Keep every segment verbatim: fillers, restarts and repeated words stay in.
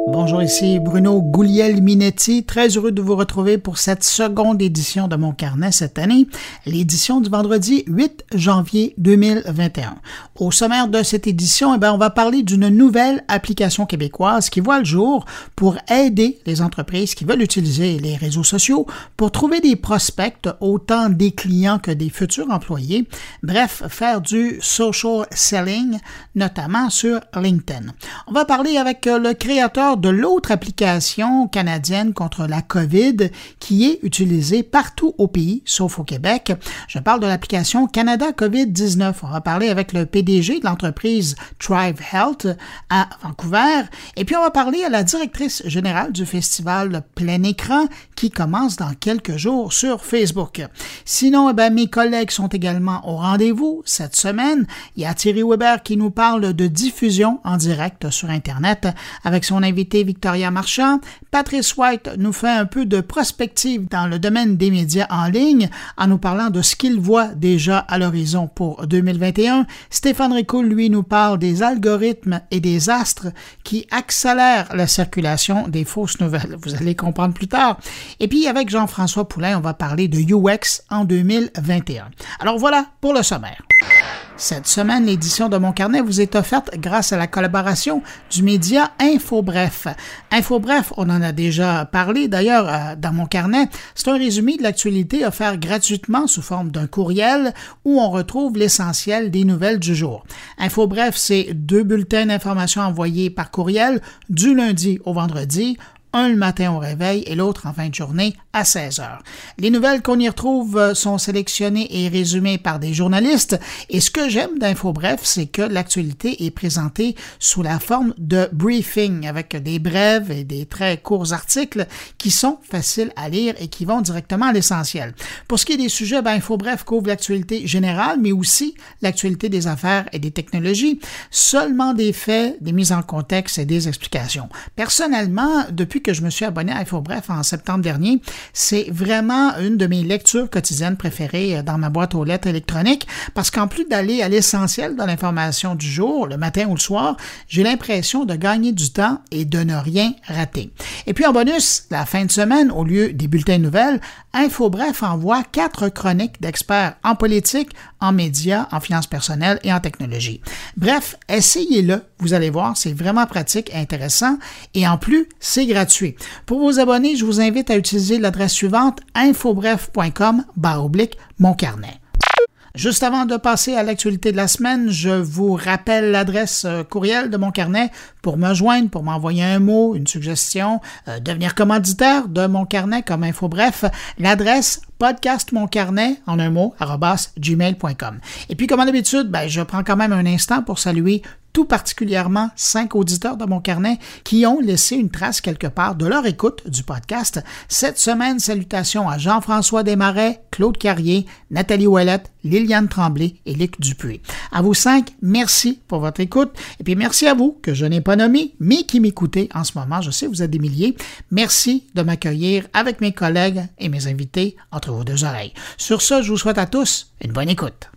Bonjour, ici Bruno Guglielminetti, très heureux de vous retrouver pour cette seconde édition de Mon Carnet cette année, l'édition du vendredi huit janvier deux mille vingt et un. Au sommaire de cette édition, eh bien, on va parler d'une nouvelle application québécoise qui voit le jour pour aider les entreprises qui veulent utiliser les réseaux sociaux pour trouver des prospects, autant des clients que des futurs employés, bref, faire du social selling, notamment sur LinkedIn. On va parler avec le créateur de l'autre application canadienne contre la COVID qui est utilisée partout au pays, sauf au Québec. Je parle de l'application Canada COVID dix-neuf. On va parler avec le P D G de l'entreprise Thrive Health à Vancouver. Et puis, on va parler à la directrice générale du festival Plein Écran qui commence dans quelques jours sur Facebook. Sinon, eh bien, mes collègues sont également au rendez-vous cette semaine. Il y a Thierry Weber qui nous parle de diffusion en direct sur Internet avec son invité Victoria Marchand. Patrice White nous fait un peu de prospective dans le domaine des médias en ligne en nous parlant de ce qu'il voit déjà à l'horizon pour deux mille vingt et un. Stéphane Ricoul, lui, nous parle des algorithmes et des astres qui accélèrent la circulation des fausses nouvelles. Vous allez comprendre plus tard. Et puis, avec Jean-François Poulain, on va parler de U X en deux mille vingt et un. Alors voilà pour le sommaire. Cette semaine, l'édition de Mon Carnet vous est offerte grâce à la collaboration du média InfoBref. InfoBref, on en a déjà parlé d'ailleurs euh, dans Mon Carnet. C'est un résumé de l'actualité offert gratuitement sous forme d'un courriel où on retrouve l'essentiel des nouvelles du jour. InfoBref, c'est deux bulletins d'information envoyés par courriel du lundi au vendredi, un le matin au réveil et l'autre en fin de journée à seize heures. Les nouvelles qu'on y retrouve sont sélectionnées et résumées par des journalistes et ce que j'aime d'InfoBref, c'est que l'actualité est présentée sous la forme de briefing avec des brèves et des très courts articles qui sont faciles à lire et qui vont directement à l'essentiel. Pour ce qui est des sujets, ben, InfoBref couvre l'actualité générale mais aussi l'actualité des affaires et des technologies, seulement des faits, des mises en contexte et des explications. Personnellement, depuis que je me suis abonné à InfoBref en septembre dernier, c'est vraiment une de mes lectures quotidiennes préférées dans ma boîte aux lettres électronique parce qu'en plus d'aller à l'essentiel de l'information du jour, le matin ou le soir, j'ai l'impression de gagner du temps et de ne rien rater. Et puis en bonus, la fin de semaine, au lieu des bulletins de nouvelles, InfoBref envoie quatre chroniques d'experts en politique, en médias, en finances personnelles et en technologie. Bref, essayez-le, vous allez voir, c'est vraiment pratique et intéressant et en plus, c'est gratuit. Pour vos abonnés, je vous invite à utiliser l'adresse suivante infobref.com barre oblique mon carnet. Juste avant de passer à l'actualité de la semaine, je vous rappelle l'adresse courriel de Mon Carnet pour me joindre, pour m'envoyer un mot, une suggestion, euh, devenir commanditaire de Mon Carnet comme InfoBref. L'adresse podcastmoncarnet, en un mot, arobase gmail point com. Et puis, comme d'habitude, ben, je prends quand même un instant pour saluer tout particulièrement cinq auditeurs de Mon Carnet qui ont laissé une trace quelque part de leur écoute du podcast. Cette semaine, salutations à Jean-François Desmarais, Claude Carrier, Nathalie Ouellette, Liliane Tremblay et Luc Dupuis. À vous cinq, merci pour votre écoute. Et puis merci à vous, que je n'ai pas nommé, mais qui m'écoutez en ce moment. Je sais, vous êtes des milliers. Merci de m'accueillir avec mes collègues et mes invités entre vos deux oreilles. Sur ce, je vous souhaite à tous une bonne écoute.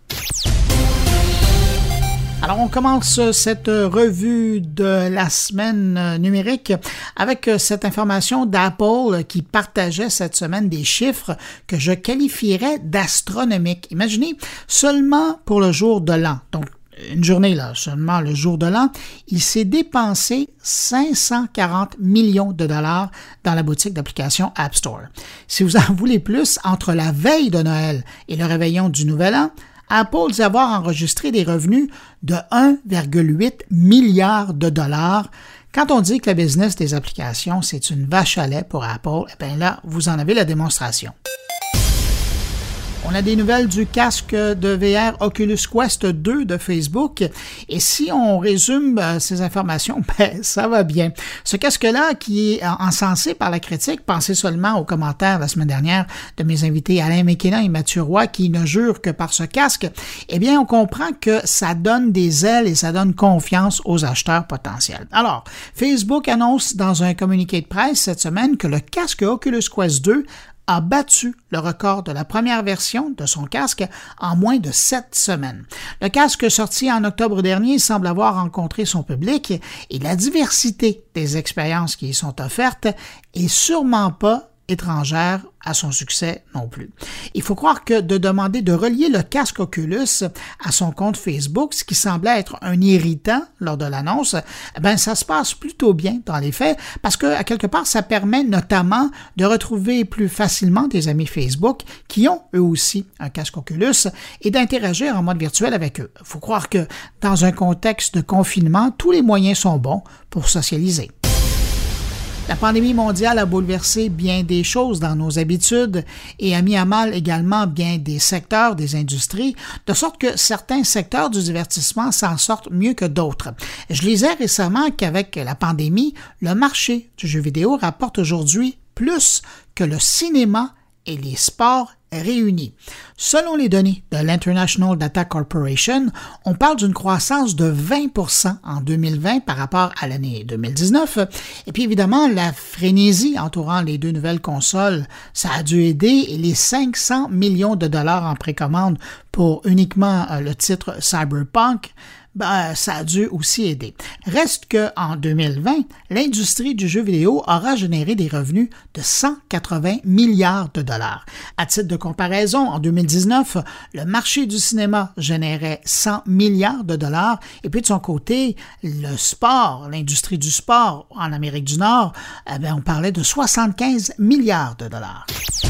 Alors, on commence cette revue de la semaine numérique avec cette information d'Apple qui partageait cette semaine des chiffres que je qualifierais d'astronomiques. Imaginez, seulement pour le jour de l'an, donc une journée là, seulement le jour de l'an, il s'est dépensé cinq cent quarante millions de dollars dans la boutique d'applications App Store. Si vous en voulez plus, entre la veille de Noël et le réveillon du Nouvel An, Apple dit avoir enregistré des revenus de un virgule huit milliard de dollars. Quand on dit que le business des applications, c'est une vache à lait pour Apple, eh bien là, vous en avez la démonstration. On a des nouvelles du casque de V R Oculus Quest deux de Facebook. Et si on résume euh, ces informations, ben, ça va bien. Ce casque-là, qui est encensé par la critique, pensez seulement aux commentaires la semaine dernière de mes invités Alain McKenna et Mathieu Roy, qui ne jurent que par ce casque, eh bien, on comprend que ça donne des ailes et ça donne confiance aux acheteurs potentiels. Alors, Facebook annonce dans un communiqué de presse cette semaine que le casque Oculus Quest deux a battu le record de la première version de son casque en moins de sept semaines. Le casque sorti en octobre dernier semble avoir rencontré son public et la diversité des expériences qui y sont offertes est sûrement pas étrangère à son succès non plus. Il faut croire que de demander de relier le casque Oculus à son compte Facebook, ce qui semblait être un irritant lors de l'annonce, ben ça se passe plutôt bien dans les faits parce que à quelque part ça permet notamment de retrouver plus facilement des amis Facebook qui ont eux aussi un casque Oculus et d'interagir en mode virtuel avec eux. Il faut croire que dans un contexte de confinement, tous les moyens sont bons pour socialiser. La pandémie mondiale a bouleversé bien des choses dans nos habitudes et a mis à mal également bien des secteurs, des industries, de sorte que certains secteurs du divertissement s'en sortent mieux que d'autres. Je lisais récemment qu'avec la pandémie, le marché du jeu vidéo rapporte aujourd'hui plus que le cinéma et les sports réunis. Selon les données de l'International Data Corporation, on parle d'une croissance de vingt pour cent en deux mille vingt par rapport à l'année deux mille dix-neuf. Et puis évidemment, la frénésie entourant les deux nouvelles consoles, ça a dû aider et les cinq cents millions de dollars en précommande pour uniquement le titre Cyberpunk, ben, ça a dû aussi aider. Reste qu'en deux mille vingt, l'industrie du jeu vidéo aura généré des revenus de cent quatre-vingts milliards de dollars. À titre de comparaison, en deux mille dix-neuf, le marché du cinéma générait cent milliards de dollars et puis de son côté, le sport, l'industrie du sport en Amérique du Nord, eh bien, on parlait de soixante-quinze milliards de dollars.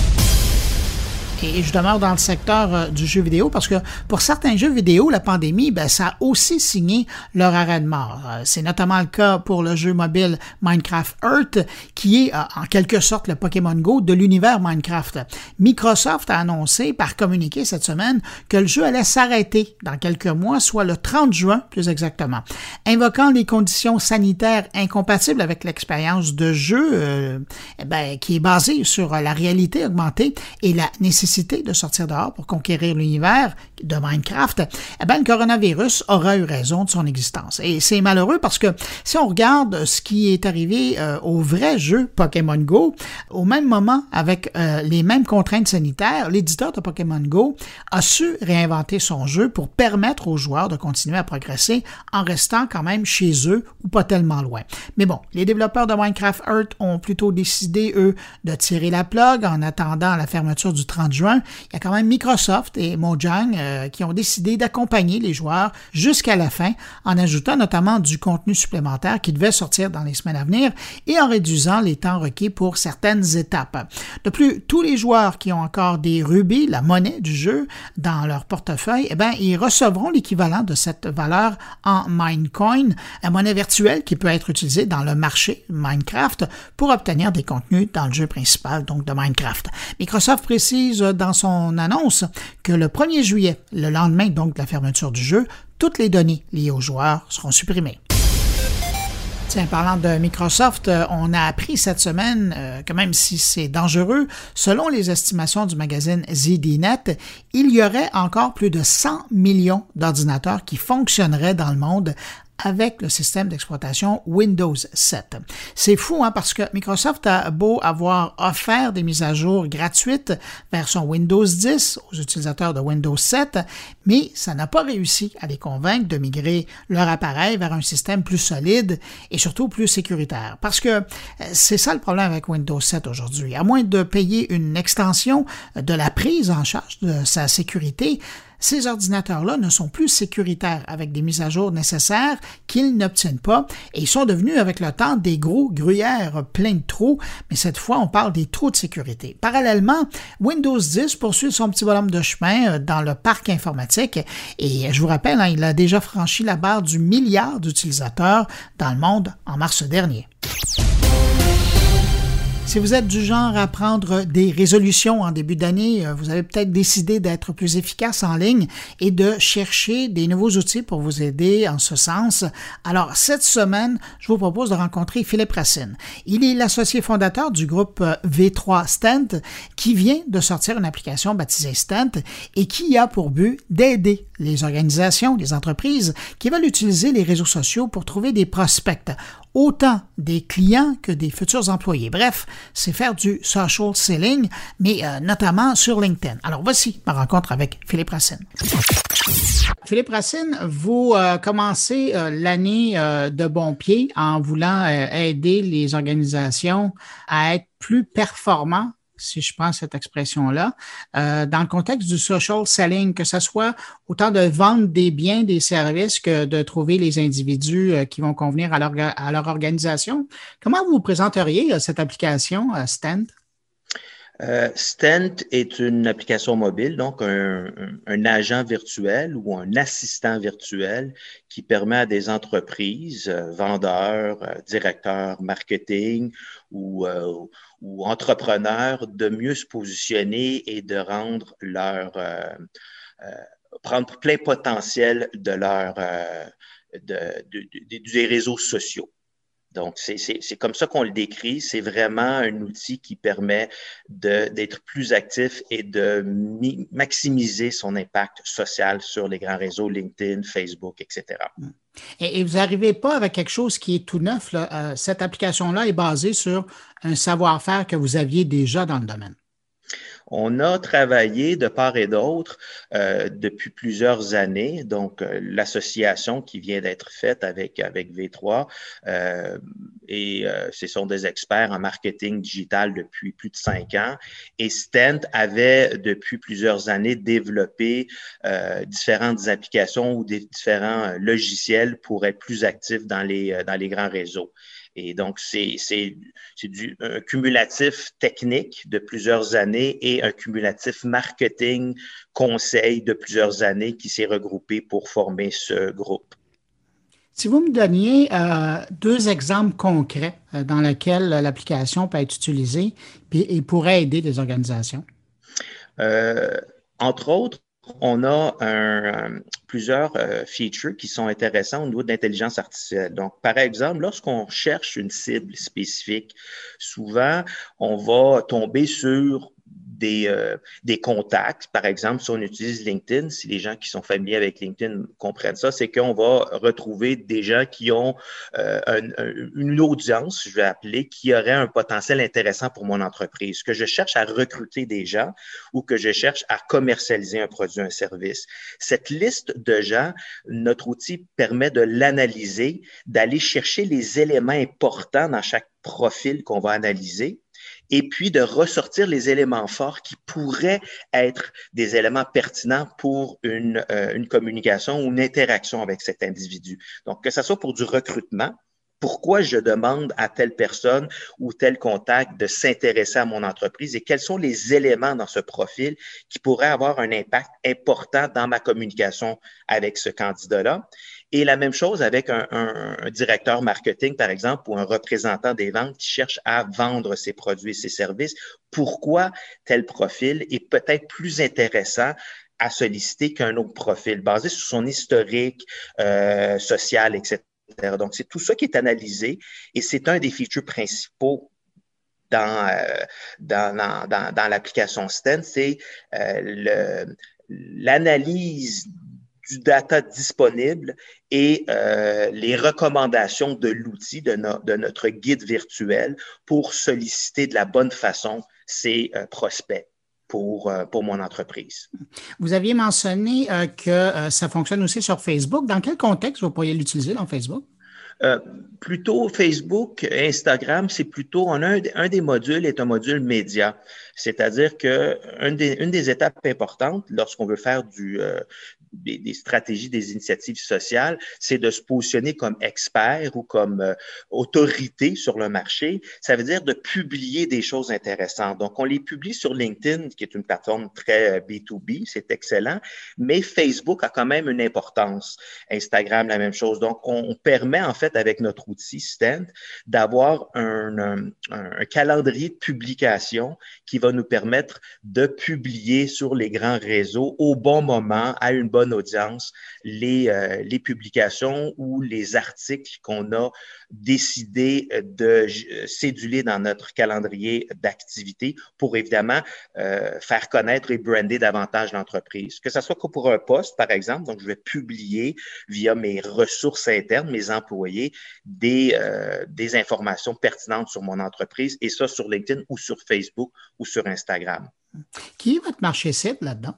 Et je demeure dans le secteur euh, du jeu vidéo parce que pour certains jeux vidéo, la pandémie, ben, ça a aussi signé leur arrêt de mort. Euh, c'est notamment le cas pour le jeu mobile Minecraft Earth, qui est euh, en quelque sorte le Pokémon Go de l'univers Minecraft. Microsoft a annoncé par communiqué cette semaine que le jeu allait s'arrêter dans quelques mois, soit le trente juin plus exactement. Invoquant les conditions sanitaires incompatibles avec l'expérience de jeu euh, ben, qui est basée sur la réalité augmentée et la nécessité de sortir dehors pour conquérir l'univers de Minecraft, eh bien, le coronavirus aura eu raison de son existence. Et c'est malheureux parce que si on regarde ce qui est arrivé euh, au vrai jeu Pokémon Go, au même moment, avec euh, les mêmes contraintes sanitaires, l'éditeur de Pokémon Go a su réinventer son jeu pour permettre aux joueurs de continuer à progresser en restant quand même chez eux ou pas tellement loin. Mais bon, les développeurs de Minecraft Earth ont plutôt décidé, eux, de tirer la plug en attendant la fermeture du trente juin. Il y a quand même Microsoft et Mojang euh, qui ont décidé d'accompagner les joueurs jusqu'à la fin en ajoutant notamment du contenu supplémentaire qui devait sortir dans les semaines à venir et en réduisant les temps requis pour certaines étapes. De plus, tous les joueurs qui ont encore des rubis, la monnaie du jeu, dans leur portefeuille, eh bien, ils recevront l'équivalent de cette valeur en Minecoin, la monnaie virtuelle qui peut être utilisée dans le marché Minecraft pour obtenir des contenus dans le jeu principal, donc de Minecraft. Microsoft précise dans son annonce que le premier juillet, le lendemain donc de la fermeture du jeu, toutes les données liées aux joueurs seront supprimées. Tiens, parlant de Microsoft, on a appris cette semaine euh, que même si c'est dangereux, selon les estimations du magazine Z D Net, il y aurait encore plus de cent millions d'ordinateurs qui fonctionneraient dans le monde avec le système d'exploitation Windows sept. C'est fou, hein, parce que Microsoft a beau avoir offert des mises à jour gratuites vers son Windows dix aux utilisateurs de Windows sept, mais ça n'a pas réussi à les convaincre de migrer leur appareil vers un système plus solide et surtout plus sécuritaire. Parce que c'est ça le problème avec Windows sept aujourd'hui. À moins de payer une extension de la prise en charge de sa sécurité, ces ordinateurs-là ne sont plus sécuritaires avec des mises à jour nécessaires qu'ils n'obtiennent pas et ils sont devenus avec le temps des gros gruyères pleins de trous, mais cette fois on parle des trous de sécurité. Parallèlement, Windows dix poursuit son petit bonhomme de chemin dans le parc informatique et je vous rappelle, hein, il a déjà franchi la barre du milliard d'utilisateurs dans le monde en mars dernier. Si vous êtes du genre à prendre des résolutions en début d'année, vous avez peut-être décidé d'être plus efficace en ligne et de chercher des nouveaux outils pour vous aider en ce sens. Alors, cette semaine, je vous propose de rencontrer Philippe Racine. Il est l'associé fondateur du groupe V trois Stent qui vient de sortir une application baptisée Stent et qui a pour but d'aider les organisations, les entreprises qui veulent utiliser les réseaux sociaux pour trouver des prospects. autant des clients que des futurs employés. Bref, c'est faire du social selling, mais euh, notamment sur LinkedIn. Alors voici ma rencontre avec Philippe Racine. Philippe Racine, vous euh, commencez euh, l'année euh, de bon pied en voulant euh, aider les organisations à être plus performants, si je prends cette expression-là, euh, dans le contexte du social selling, que ce soit autant de vendre des biens, des services que de trouver les individus euh, qui vont convenir à leur, à leur organisation. Comment vous présenteriez euh, cette application, euh, Stent? Euh, Stent est une application mobile, donc un, un, un agent virtuel ou un assistant virtuel qui permet à des entreprises, euh, vendeurs, euh, directeurs marketing ou, euh, ou entrepreneurs de mieux se positionner et de rendre leur euh, euh, prendre plein potentiel de leur euh, de, de, de, de, des réseaux sociaux. Donc, c'est, c'est, c'est comme ça qu'on le décrit. C'est vraiment un outil qui permet de, d'être plus actif et de mi- maximiser son impact social sur les grands réseaux, LinkedIn, Facebook, et cetera. Et, et vous n'arrivez pas avec quelque chose qui est tout neuf, là. Euh, cette application-là est basée sur un savoir-faire que vous aviez déjà dans le domaine. On a travaillé de part et d'autre euh, depuis plusieurs années. Donc, euh, l'association qui vient d'être faite avec, avec V trois, euh, et euh, ce sont des experts en marketing digital depuis plus de cinq ans. Et Stent avait, depuis plusieurs années, développé euh, différentes applications ou des différents logiciels pour être plus actifs dans les, dans les grands réseaux. Et donc, c'est, c'est, c'est du, un cumulatif technique de plusieurs années et un cumulatif marketing conseil de plusieurs années qui s'est regroupé pour former ce groupe. Si vous me donniez euh, deux exemples concrets euh, dans lesquels l'application peut être utilisée et, et pourrait aider des organisations. Euh, entre autres, on a un, plusieurs euh, features qui sont intéressants au niveau de l'intelligence artificielle. Donc, par exemple, lorsqu'on cherche une cible spécifique, souvent, on va tomber sur des, euh, des contacts. Par exemple, si on utilise LinkedIn, si les gens qui sont familiers avec LinkedIn comprennent ça, c'est qu'on va retrouver des gens qui ont euh, un, un, une audience, je vais appeler, qui aurait un potentiel intéressant pour mon entreprise. Que je cherche à recruter des gens ou que je cherche à commercialiser un produit, un service. Cette liste de gens, notre outil permet de l'analyser, d'aller chercher les éléments importants dans chaque profil qu'on va analyser et puis de ressortir les éléments forts qui pourraient être des éléments pertinents pour une, euh, une communication ou une interaction avec cet individu. Donc, que ce soit pour du recrutement, pourquoi je demande à telle personne ou tel contact de s'intéresser à mon entreprise et quels sont les éléments dans ce profil qui pourraient avoir un impact important dans ma communication avec ce candidat-là. Et la même chose avec un, un, un directeur marketing, par exemple, ou un représentant des ventes qui cherche à vendre ses produits et ses services. Pourquoi tel profil est peut-être plus intéressant à solliciter qu'un autre profil basé sur son historique euh, social, et cetera. Donc, c'est tout ça qui est analysé et c'est un des features principaux dans, euh, dans, dans, dans, dans l'application Stent, c'est euh, le, l'analyse du data disponible et euh, les recommandations de l'outil, de, no, de notre guide virtuel pour solliciter de la bonne façon ces euh, prospects. Pour, pour mon entreprise. Vous aviez mentionné euh, que euh, ça fonctionne aussi sur Facebook. Dans quel contexte vous pourriez l'utiliser dans Facebook? Euh, plutôt Facebook, Instagram, c'est plutôt, on a un, un des modules est un module média. C'est-à-dire que une des, une des étapes importantes lorsqu'on veut faire du, euh, des, des stratégies, des initiatives sociales, c'est de se positionner comme expert ou comme euh, autorité sur le marché. Ça veut dire de publier des choses intéressantes. Donc, on les publie sur LinkedIn, qui est une plateforme très B deux B, c'est excellent, mais Facebook a quand même une importance. Instagram, la même chose. Donc, on, on permet en fait avec notre outil Stent d'avoir un, un, un calendrier de publication qui va nous permettre de publier sur les grands réseaux au bon moment, à une bonne bonne audience les, euh, les publications ou les articles qu'on a décidé de céduler dans notre calendrier d'activité pour évidemment euh, faire connaître et brander davantage l'entreprise. Que ce soit pour un poste, par exemple, donc je vais publier via mes ressources internes, mes employés, des, euh, des informations pertinentes sur mon entreprise et ça sur LinkedIn ou sur Facebook ou sur Instagram. Qui est votre marché cible là-dedans?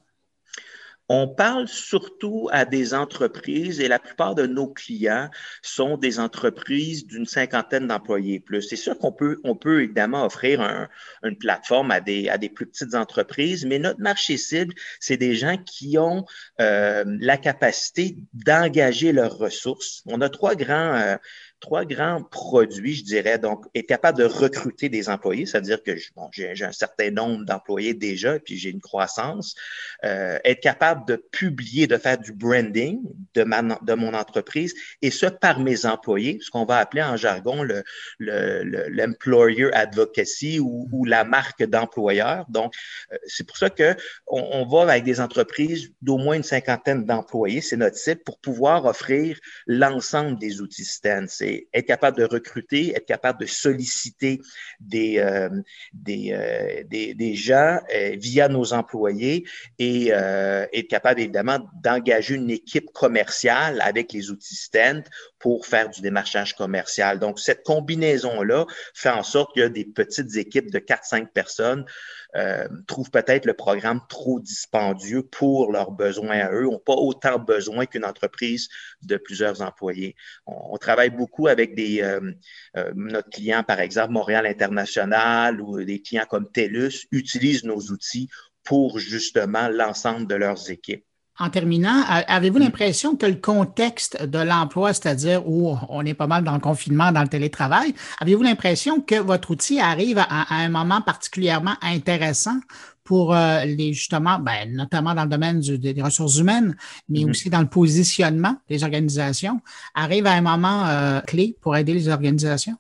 On parle surtout à des entreprises et la plupart de nos clients sont des entreprises d'une cinquantaine d'employés plus. C'est sûr qu'on peut, on peut évidemment offrir un, une plateforme à des, à des plus petites entreprises, mais notre marché cible, c'est des gens qui ont euh, la capacité d'engager leurs ressources. On a trois grands... Euh, Trois grands produits, je dirais, donc être capable de recruter des employés, c'est-à-dire que bon, j'ai, j'ai un certain nombre d'employés déjà, et puis j'ai une croissance. Euh, être capable de publier, de faire du branding de, ma, de mon entreprise, et ce par mes employés, ce qu'on va appeler en jargon le, le, le, l'employer advocacy ou, ou la marque d'employeur. Donc, euh, c'est pour ça que on, on va avec des entreprises d'au moins une cinquantaine d'employés, c'est notre cible, pour pouvoir offrir l'ensemble des outils Sten. C'est être capable de recruter, être capable de solliciter des, euh, des, euh, des, des gens euh, via nos employés et euh, être capable évidemment d'engager une équipe commerciale avec les outils Sten pour faire du démarchage commercial. Donc, cette combinaison-là fait en sorte que des petites équipes de quatre à cinq personnes Euh, trouvent peut-être le programme trop dispendieux pour leurs besoins à eux, n'ont pas autant besoin qu'une entreprise de plusieurs employés. On, on travaille beaucoup avec des, euh, euh, notre client, par exemple, Montréal International ou des clients comme TELUS utilisent nos outils pour justement l'ensemble de leurs équipes. En terminant, avez-vous l'impression que le contexte de l'emploi, c'est-à-dire où on est pas mal dans le confinement, dans le télétravail, avez-vous l'impression que votre outil arrive à, à un moment particulièrement intéressant pour euh, les justement, ben, notamment dans le domaine du, des ressources humaines, mais mm-hmm. aussi dans le positionnement des organisations, arrive à un moment euh, clé pour aider les organisations?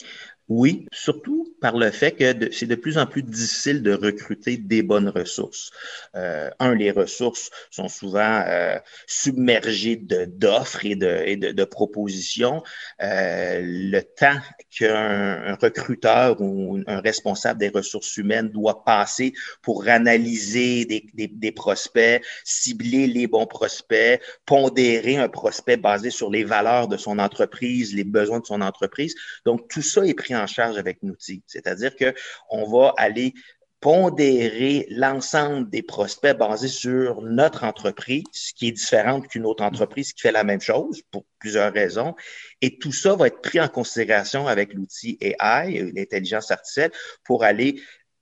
Oui, surtout par le fait que de, c'est de plus en plus difficile de recruter des bonnes ressources. Euh, un, les ressources sont souvent euh, submergées de, d'offres et de, et de, de propositions. Euh, le temps qu'un un recruteur ou un responsable des ressources humaines doit passer pour analyser des, des, des prospects, cibler les bons prospects, pondérer un prospect basé sur les valeurs de son entreprise, les besoins de son entreprise. Donc, tout ça est pris en en charge avec Nouti. C'est-à-dire qu'on va aller pondérer l'ensemble des prospects basés sur notre entreprise, ce qui est différent qu'une autre entreprise qui fait la même chose pour plusieurs raisons. Et tout ça va être pris en considération avec l'outil A I, l'intelligence artificielle, pour aller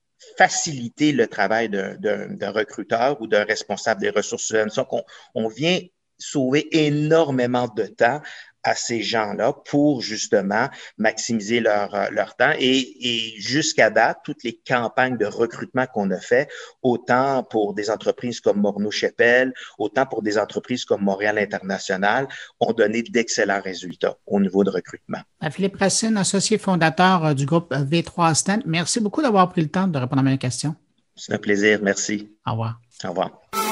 faciliter le travail d'un, d'un, d'un recruteur ou d'un responsable des ressources humaines. Donc, on, on vient sauver énormément de temps à ces gens-là pour justement maximiser leur, leur temps. Et, et jusqu'à date, toutes les campagnes de recrutement qu'on a fait, autant pour des entreprises comme Morneau-Shepell, autant pour des entreprises comme Montréal International, ont donné d'excellents résultats au niveau de recrutement. Philippe Racine, associé fondateur du groupe V trois Sten, merci beaucoup d'avoir pris le temps de répondre à mes questions. C'est un plaisir. Merci. Au revoir. Au revoir.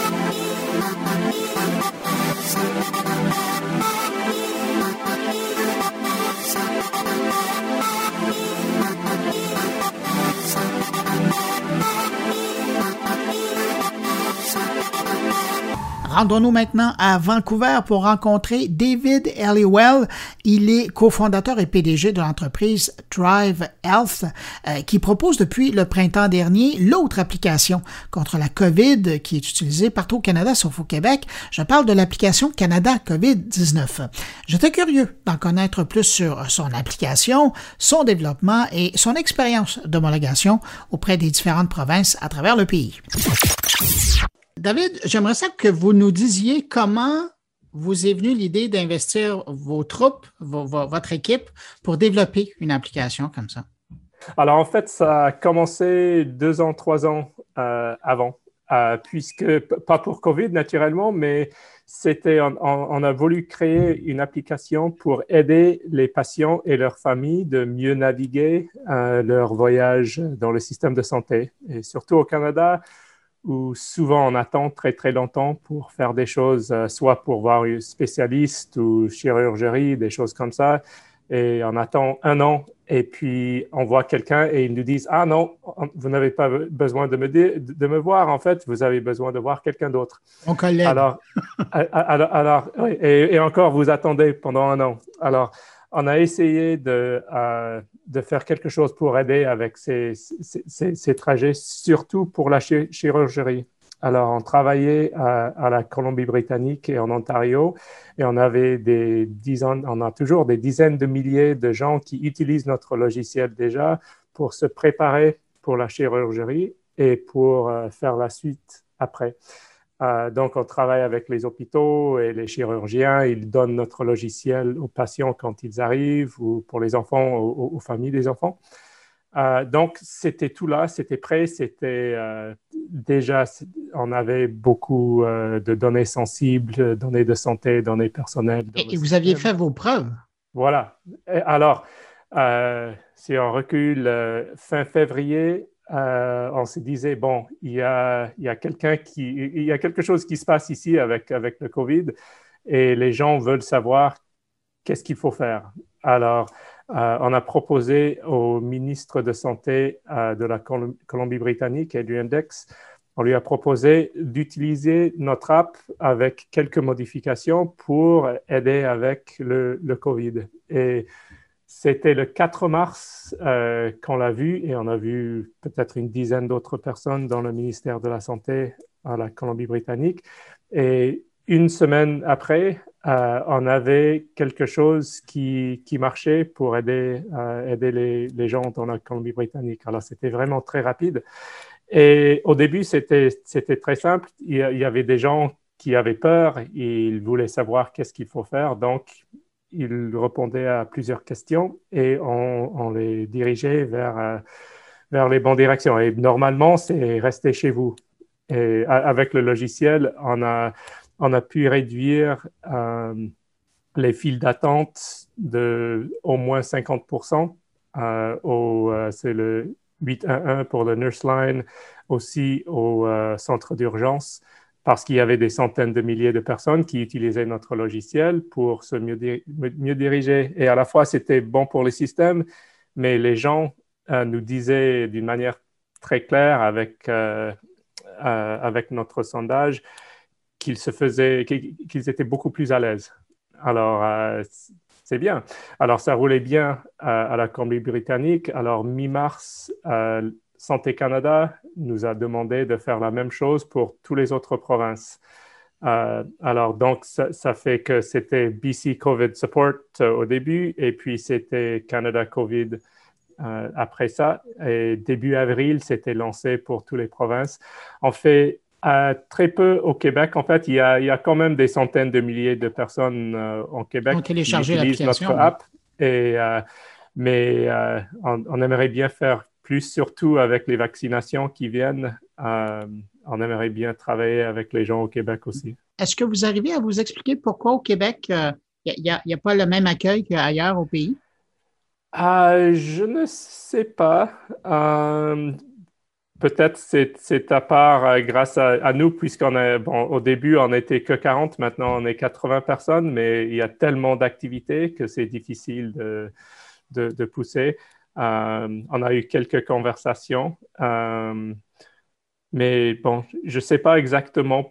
Rendons-nous maintenant à Vancouver pour rencontrer David Helliwell. Il est cofondateur et P D G de l'entreprise Thrive Health, euh, qui propose depuis le printemps dernier l'autre application contre la COVID qui est utilisée partout au Canada, sauf au Québec. Je parle de l'application Canada COVID dix-neuf. J'étais curieux d'en connaître plus sur son application, son développement et son expérience d'homologation auprès des différentes provinces à travers le pays. David, j'aimerais ça que vous nous disiez comment vous est venue l'idée d'investir vos troupes, vos, vos, votre équipe, pour développer une application comme ça. Alors, en fait, ça a commencé deux ans, trois ans euh, avant, euh, puisque, pas pour COVID naturellement, mais c'était, on, on a voulu créer une application pour aider les patients et leurs familles de mieux naviguer euh, leur voyage dans le système de santé. Et surtout au Canada, où souvent on attend très très longtemps pour faire des choses, euh, soit pour voir un spécialiste ou chirurgie, des choses comme ça. Et on attend un an et puis on voit quelqu'un et ils nous disent « Ah non, vous n'avez pas besoin de me, de me voir, en fait, vous avez besoin de voir quelqu'un d'autre. » Mon collègue. Alors, alors, alors oui, et, et encore, vous attendez pendant un an. Alors, on a essayé de, euh, de faire quelque chose pour aider avec ces, ces, ces, ces trajets, surtout pour la chi- chirurgie. Alors, on travaillait à, à la Colombie-Britannique et en Ontario, et on avait des dizaines, on a toujours des dizaines de milliers de gens qui utilisent notre logiciel déjà pour se préparer pour la chirurgie et pour euh, faire la suite après. Euh, donc, on travaille avec les hôpitaux et les chirurgiens. Ils donnent notre logiciel aux patients quand ils arrivent ou pour les enfants, aux, aux familles des enfants. Euh, donc, c'était tout là, c'était prêt, c'était euh, déjà, on avait beaucoup euh, de données sensibles, données de santé, données personnelles. Et, et vous aviez fait vos preuves. Voilà. Et alors, euh, si on recule euh, fin février, euh, on se disait, bon, il y a, il y a quelqu'un qui, il y a quelque chose qui se passe ici avec, avec le COVID et les gens veulent savoir qu'est-ce qu'il faut faire. Alors, euh, on a proposé au ministre de Santé euh, de la Col- Colombie-Britannique et du Index, on lui a proposé d'utiliser notre app avec quelques modifications pour aider avec le, le COVID. Et c'était le quatre mars euh, qu'on l'a vu et on a vu peut-être une dizaine d'autres personnes dans le ministère de la Santé à la Colombie-Britannique. Et une semaine après, euh, on avait quelque chose qui, qui marchait pour aider, euh, aider les, les gens dans la Colombie-Britannique. Alors, c'était vraiment très rapide. Et au début, c'était, c'était très simple. Il y avait des gens qui avaient peur, ils voulaient savoir qu'est-ce qu'il faut faire. Donc, ils répondaient à plusieurs questions et on, on les dirigeait vers, euh, vers les bonnes directions. Et normalement, c'est rester chez vous. Et avec le logiciel, on a, on a pu réduire euh, les files d'attente de au moins cinquante pour cent. Euh, au, euh, c'est le huit un un pour le Nurse Line, aussi au euh, centre d'urgence, parce qu'il y avait des centaines de milliers de personnes qui utilisaient notre logiciel pour se mieux, dir- mieux diriger. Et à la fois, c'était bon pour le système, mais les gens euh, nous disaient d'une manière très claire avec, euh, euh, avec notre sondage qu'ils se faisaient, qu'ils étaient beaucoup plus à l'aise. Alors, euh, c'est bien. Alors, ça roulait bien euh, à la Colombie-Britannique. Alors, mi-mars, euh, Santé Canada nous a demandé de faire la même chose pour toutes les autres provinces. Euh, alors, donc, ça, ça fait que c'était B C COVID Support euh, au début et puis c'était Canada COVID euh, après ça. Et début avril, c'était lancé pour toutes les provinces. On fait euh, très peu au Québec. En fait, il y, a, il y a quand même des centaines de milliers de personnes euh, au Québec qui utilisent notre app. Et, euh, mais euh, on, on aimerait bien faire plus, surtout avec les vaccinations qui viennent. Euh, on aimerait bien travailler avec les gens au Québec aussi. Est-ce que vous arrivez à vous expliquer pourquoi au Québec, il euh, n'y a, y a pas le même accueil qu'ailleurs au pays? Euh, je ne sais pas. Euh, Peut-être c'est, c'est à part euh, grâce à, à nous, puisqu'on est, bon, au début, on n'était que quarante, maintenant on est quatre-vingts personnes, mais il y a tellement d'activités que c'est difficile de, de, de pousser. Euh, on a eu quelques conversations, euh, mais bon, je ne sais pas exactement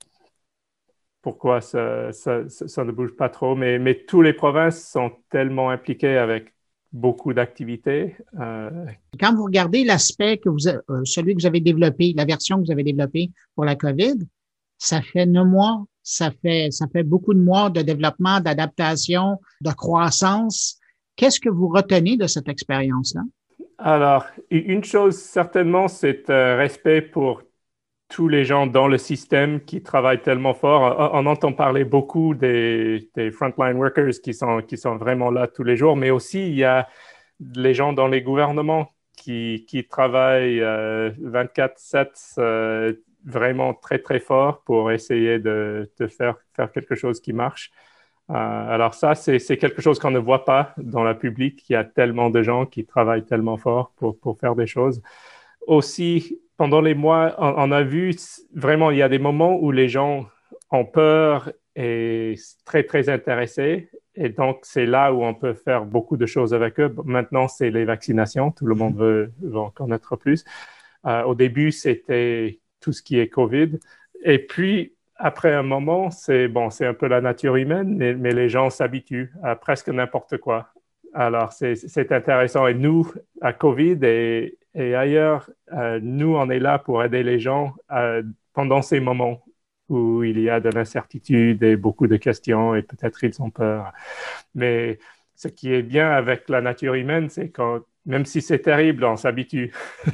pourquoi ça, ça, ça, ça ne bouge pas trop, mais, mais toutes les provinces sont tellement impliquées avec beaucoup d'activités. Euh... Quand vous regardez l'aspect que vous, euh, celui que vous avez développé, la version que vous avez développée pour la COVID, ça fait neuf mois, ça fait, ça fait beaucoup de mois de développement, d'adaptation, de croissance. Qu'est-ce que vous retenez de cette expérience-là? Alors, une chose certainement, c'est euh, respect pour tous les gens dans le système qui travaillent tellement fort. On, on entend parler beaucoup des, des frontline workers qui sont, qui sont vraiment là tous les jours, mais aussi il y a les gens dans les gouvernements qui, qui travaillent euh, vingt-quatre sept euh, vraiment très, très fort pour essayer de, de faire, faire quelque chose qui marche. Euh, alors ça, c'est, c'est quelque chose qu'on ne voit pas dans le public. Il y a tellement de gens qui travaillent tellement fort pour, pour faire des choses. Aussi, pendant les mois, on, on a vu vraiment, il y a des moments où les gens ont peur et très, très intéressés. Et donc, c'est là où on peut faire beaucoup de choses avec eux. Maintenant, c'est les vaccinations. Tout le monde veut, veut en connaître plus. Euh, au début, c'était tout ce qui est COVID. Et puis, après un moment, c'est bon, c'est un peu la nature humaine, mais, mais les gens s'habituent à presque n'importe quoi. Alors, c'est, c'est intéressant. Et nous, à COVID et, et ailleurs, euh, nous, on est là pour aider les gens euh, pendant ces moments où il y a de l'incertitude et beaucoup de questions et peut-être ils ont peur. Mais ce qui est bien avec la nature humaine, c'est que même si c'est terrible, on s'habitue.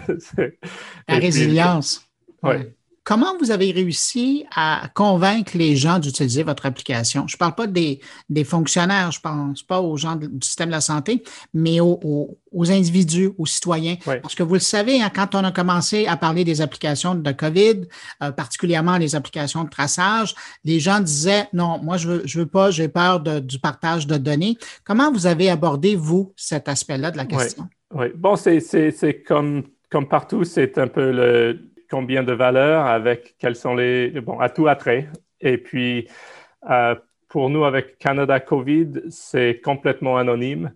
La résilience. Puis, ouais. Ouais. Comment vous avez réussi à convaincre les gens d'utiliser votre application? Je ne parle pas des, des fonctionnaires, je ne pense pas aux gens du système de la santé, mais aux, aux, aux individus, aux citoyens. Ouais. Parce que vous le savez, hein, quand on a commencé à parler des applications de COVID, euh, particulièrement les applications de traçage, les gens disaient, non, moi, je veux, je veux pas, j'ai peur de, du partage de données. Comment vous avez abordé, vous, cet aspect-là de la question? Oui, ouais. Bon, c'est, c'est, c'est comme, comme partout, c'est un peu le... combien de valeurs avec quels sont les bon à tout attrait. Et puis euh, pour nous avec Canada COVID, c'est complètement anonyme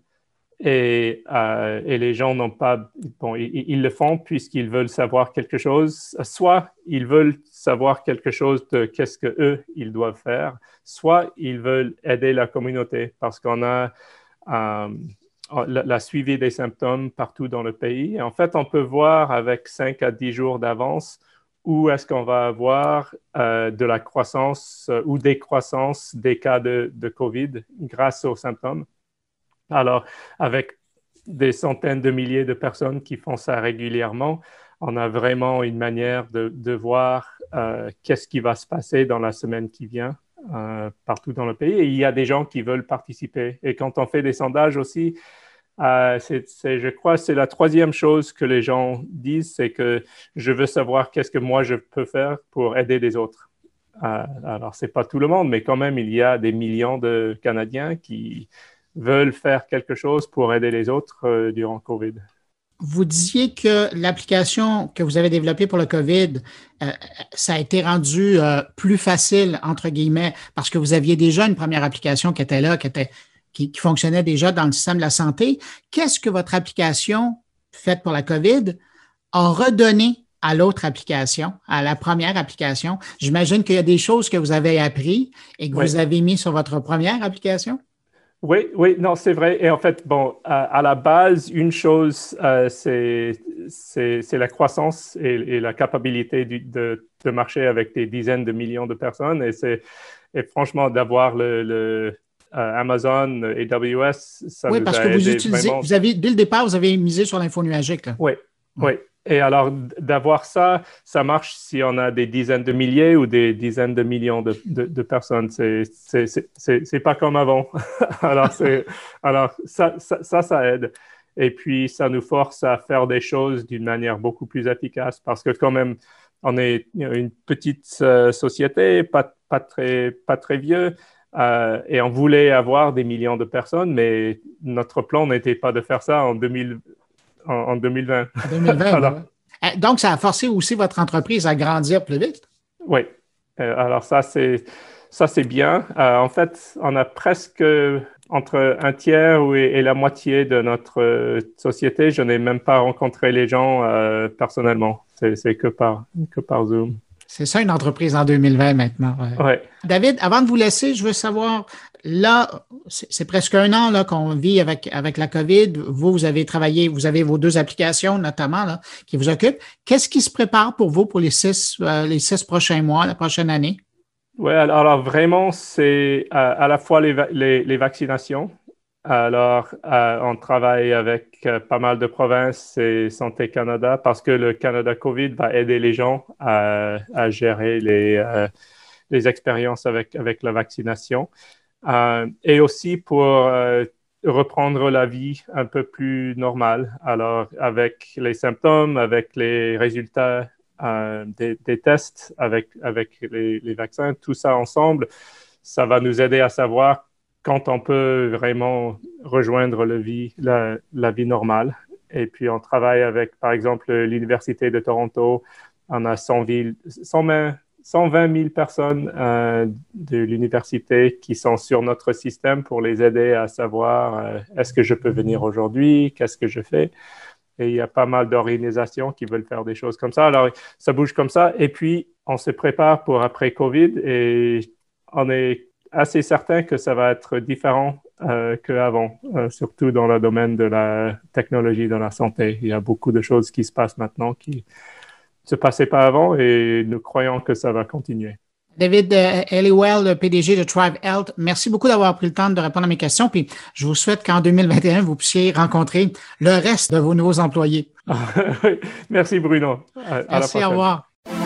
et, euh, et les gens n'ont pas bon ils, ils le font puisqu'ils veulent savoir quelque chose. Soit ils veulent savoir quelque chose de qu'est-ce que eux ils doivent faire, soit ils veulent aider la communauté parce qu'on a euh, La, la suivi des symptômes partout dans le pays. Et en fait, on peut voir avec cinq à dix jours d'avance où est-ce qu'on va avoir euh, de la croissance euh, ou décroissance des cas de, de COVID grâce aux symptômes. Alors, avec des centaines de milliers de personnes qui font ça régulièrement, on a vraiment une manière de, de voir euh, qu'est-ce qui va se passer dans la semaine qui vient. Euh, partout dans le pays. Et il y a des gens qui veulent participer. Et quand on fait des sondages aussi, euh, c'est, c'est, je crois que c'est la troisième chose que les gens disent, c'est que je veux savoir qu'est-ce que moi je peux faire pour aider les autres. Euh, alors, ce n'est pas tout le monde, mais quand même, il y a des millions de Canadiens qui veulent faire quelque chose pour aider les autres euh, durant COVID. Vous disiez que l'application que vous avez développée pour le COVID, euh, ça a été rendu euh, plus facile, entre guillemets, parce que vous aviez déjà une première application qui était là, qui, était, qui, qui fonctionnait déjà dans le système de la santé. Qu'est-ce que votre application faite pour la COVID a redonné à l'autre application, à la première application? J'imagine qu'il y a des choses que vous avez apprises et que oui. vous avez mis sur votre première application. Oui, oui, non, c'est vrai. Et en fait, bon, à, à la base, une chose, euh, c'est, c'est, c'est la croissance et, et la capacité du, de, de marcher avec des dizaines de millions de personnes. Et, c'est, et franchement, d'avoir le, le euh, Amazon, A W S, ça oui, nous parce a que vous aidé utilisez, vraiment. Vous avez, dès le départ, vous avez misé sur l'info nuagique. Là. Oui, oui. oui. Et alors, d'avoir ça, ça marche si on a des dizaines de milliers ou des dizaines de millions de, de, de personnes. C'est, c'est, c'est, c'est, c'est pas comme avant. alors, c'est, alors ça, ça, ça, ça aide. Et puis, ça nous force à faire des choses d'une manière beaucoup plus efficace parce que quand même, on est une petite euh, société, pas, pas, très, pas très vieux, euh, et on voulait avoir des millions de personnes, mais notre plan n'était pas de faire ça en deux mille. En, en deux mille vingt. En deux mille vingt, alors, ouais. Donc, ça a forcé aussi votre entreprise à grandir plus vite? Oui. Euh, alors, ça, c'est, ça, c'est bien. Euh, en fait, on a presque entre un tiers et, et la moitié de notre euh, société. Je n'ai même pas rencontré les gens euh, personnellement. C'est, c'est que par, que par Zoom. C'est ça, une entreprise en deux mille vingt maintenant. Ouais. Ouais. David, avant de vous laisser, je veux savoir, là, c'est, c'est presque un an là, qu'on vit avec, avec la COVID. Vous, vous avez travaillé, vous avez vos deux applications notamment là, qui vous occupent. Qu'est-ce qui se prépare pour vous pour les six, euh, les six prochains mois, la prochaine année? Oui, alors, alors vraiment, c'est à, à la fois les, les, les vaccinations. Alors, euh, on travaille avec euh, pas mal de provinces et Santé Canada parce que le Canada COVID va aider les gens à, à gérer les, euh, les expériences avec, avec la vaccination. Euh, et aussi pour euh, reprendre la vie un peu plus normale. Alors, avec les symptômes, avec les résultats euh, des, des tests, avec, avec les, les vaccins, tout ça ensemble, ça va nous aider à savoir quand on peut vraiment rejoindre la vie, la, la vie normale. Et puis, on travaille avec, par exemple, l'Université de Toronto. On a cent vingt mille personnes euh, de l'université qui sont sur notre système pour les aider à savoir euh, est-ce que je peux venir aujourd'hui, qu'est-ce que je fais. Et il y a pas mal d'organisations qui veulent faire des choses comme ça. Alors, ça bouge comme ça. Et puis, on se prépare pour après COVID et on est assez certain que ça va être différent euh, qu'avant, euh, surtout dans le domaine de la technologie, dans la santé. Il y a beaucoup de choses qui se passent maintenant qui ne se passaient pas avant et nous croyons que ça va continuer. David euh, Halliwell, le P D G de Thrive Health, merci beaucoup d'avoir pris le temps de répondre à mes questions. Puis je vous souhaite qu'en deux mille vingt et un, vous puissiez rencontrer le reste de vos nouveaux employés. Merci Bruno. À, merci, à la prochaine. Au revoir.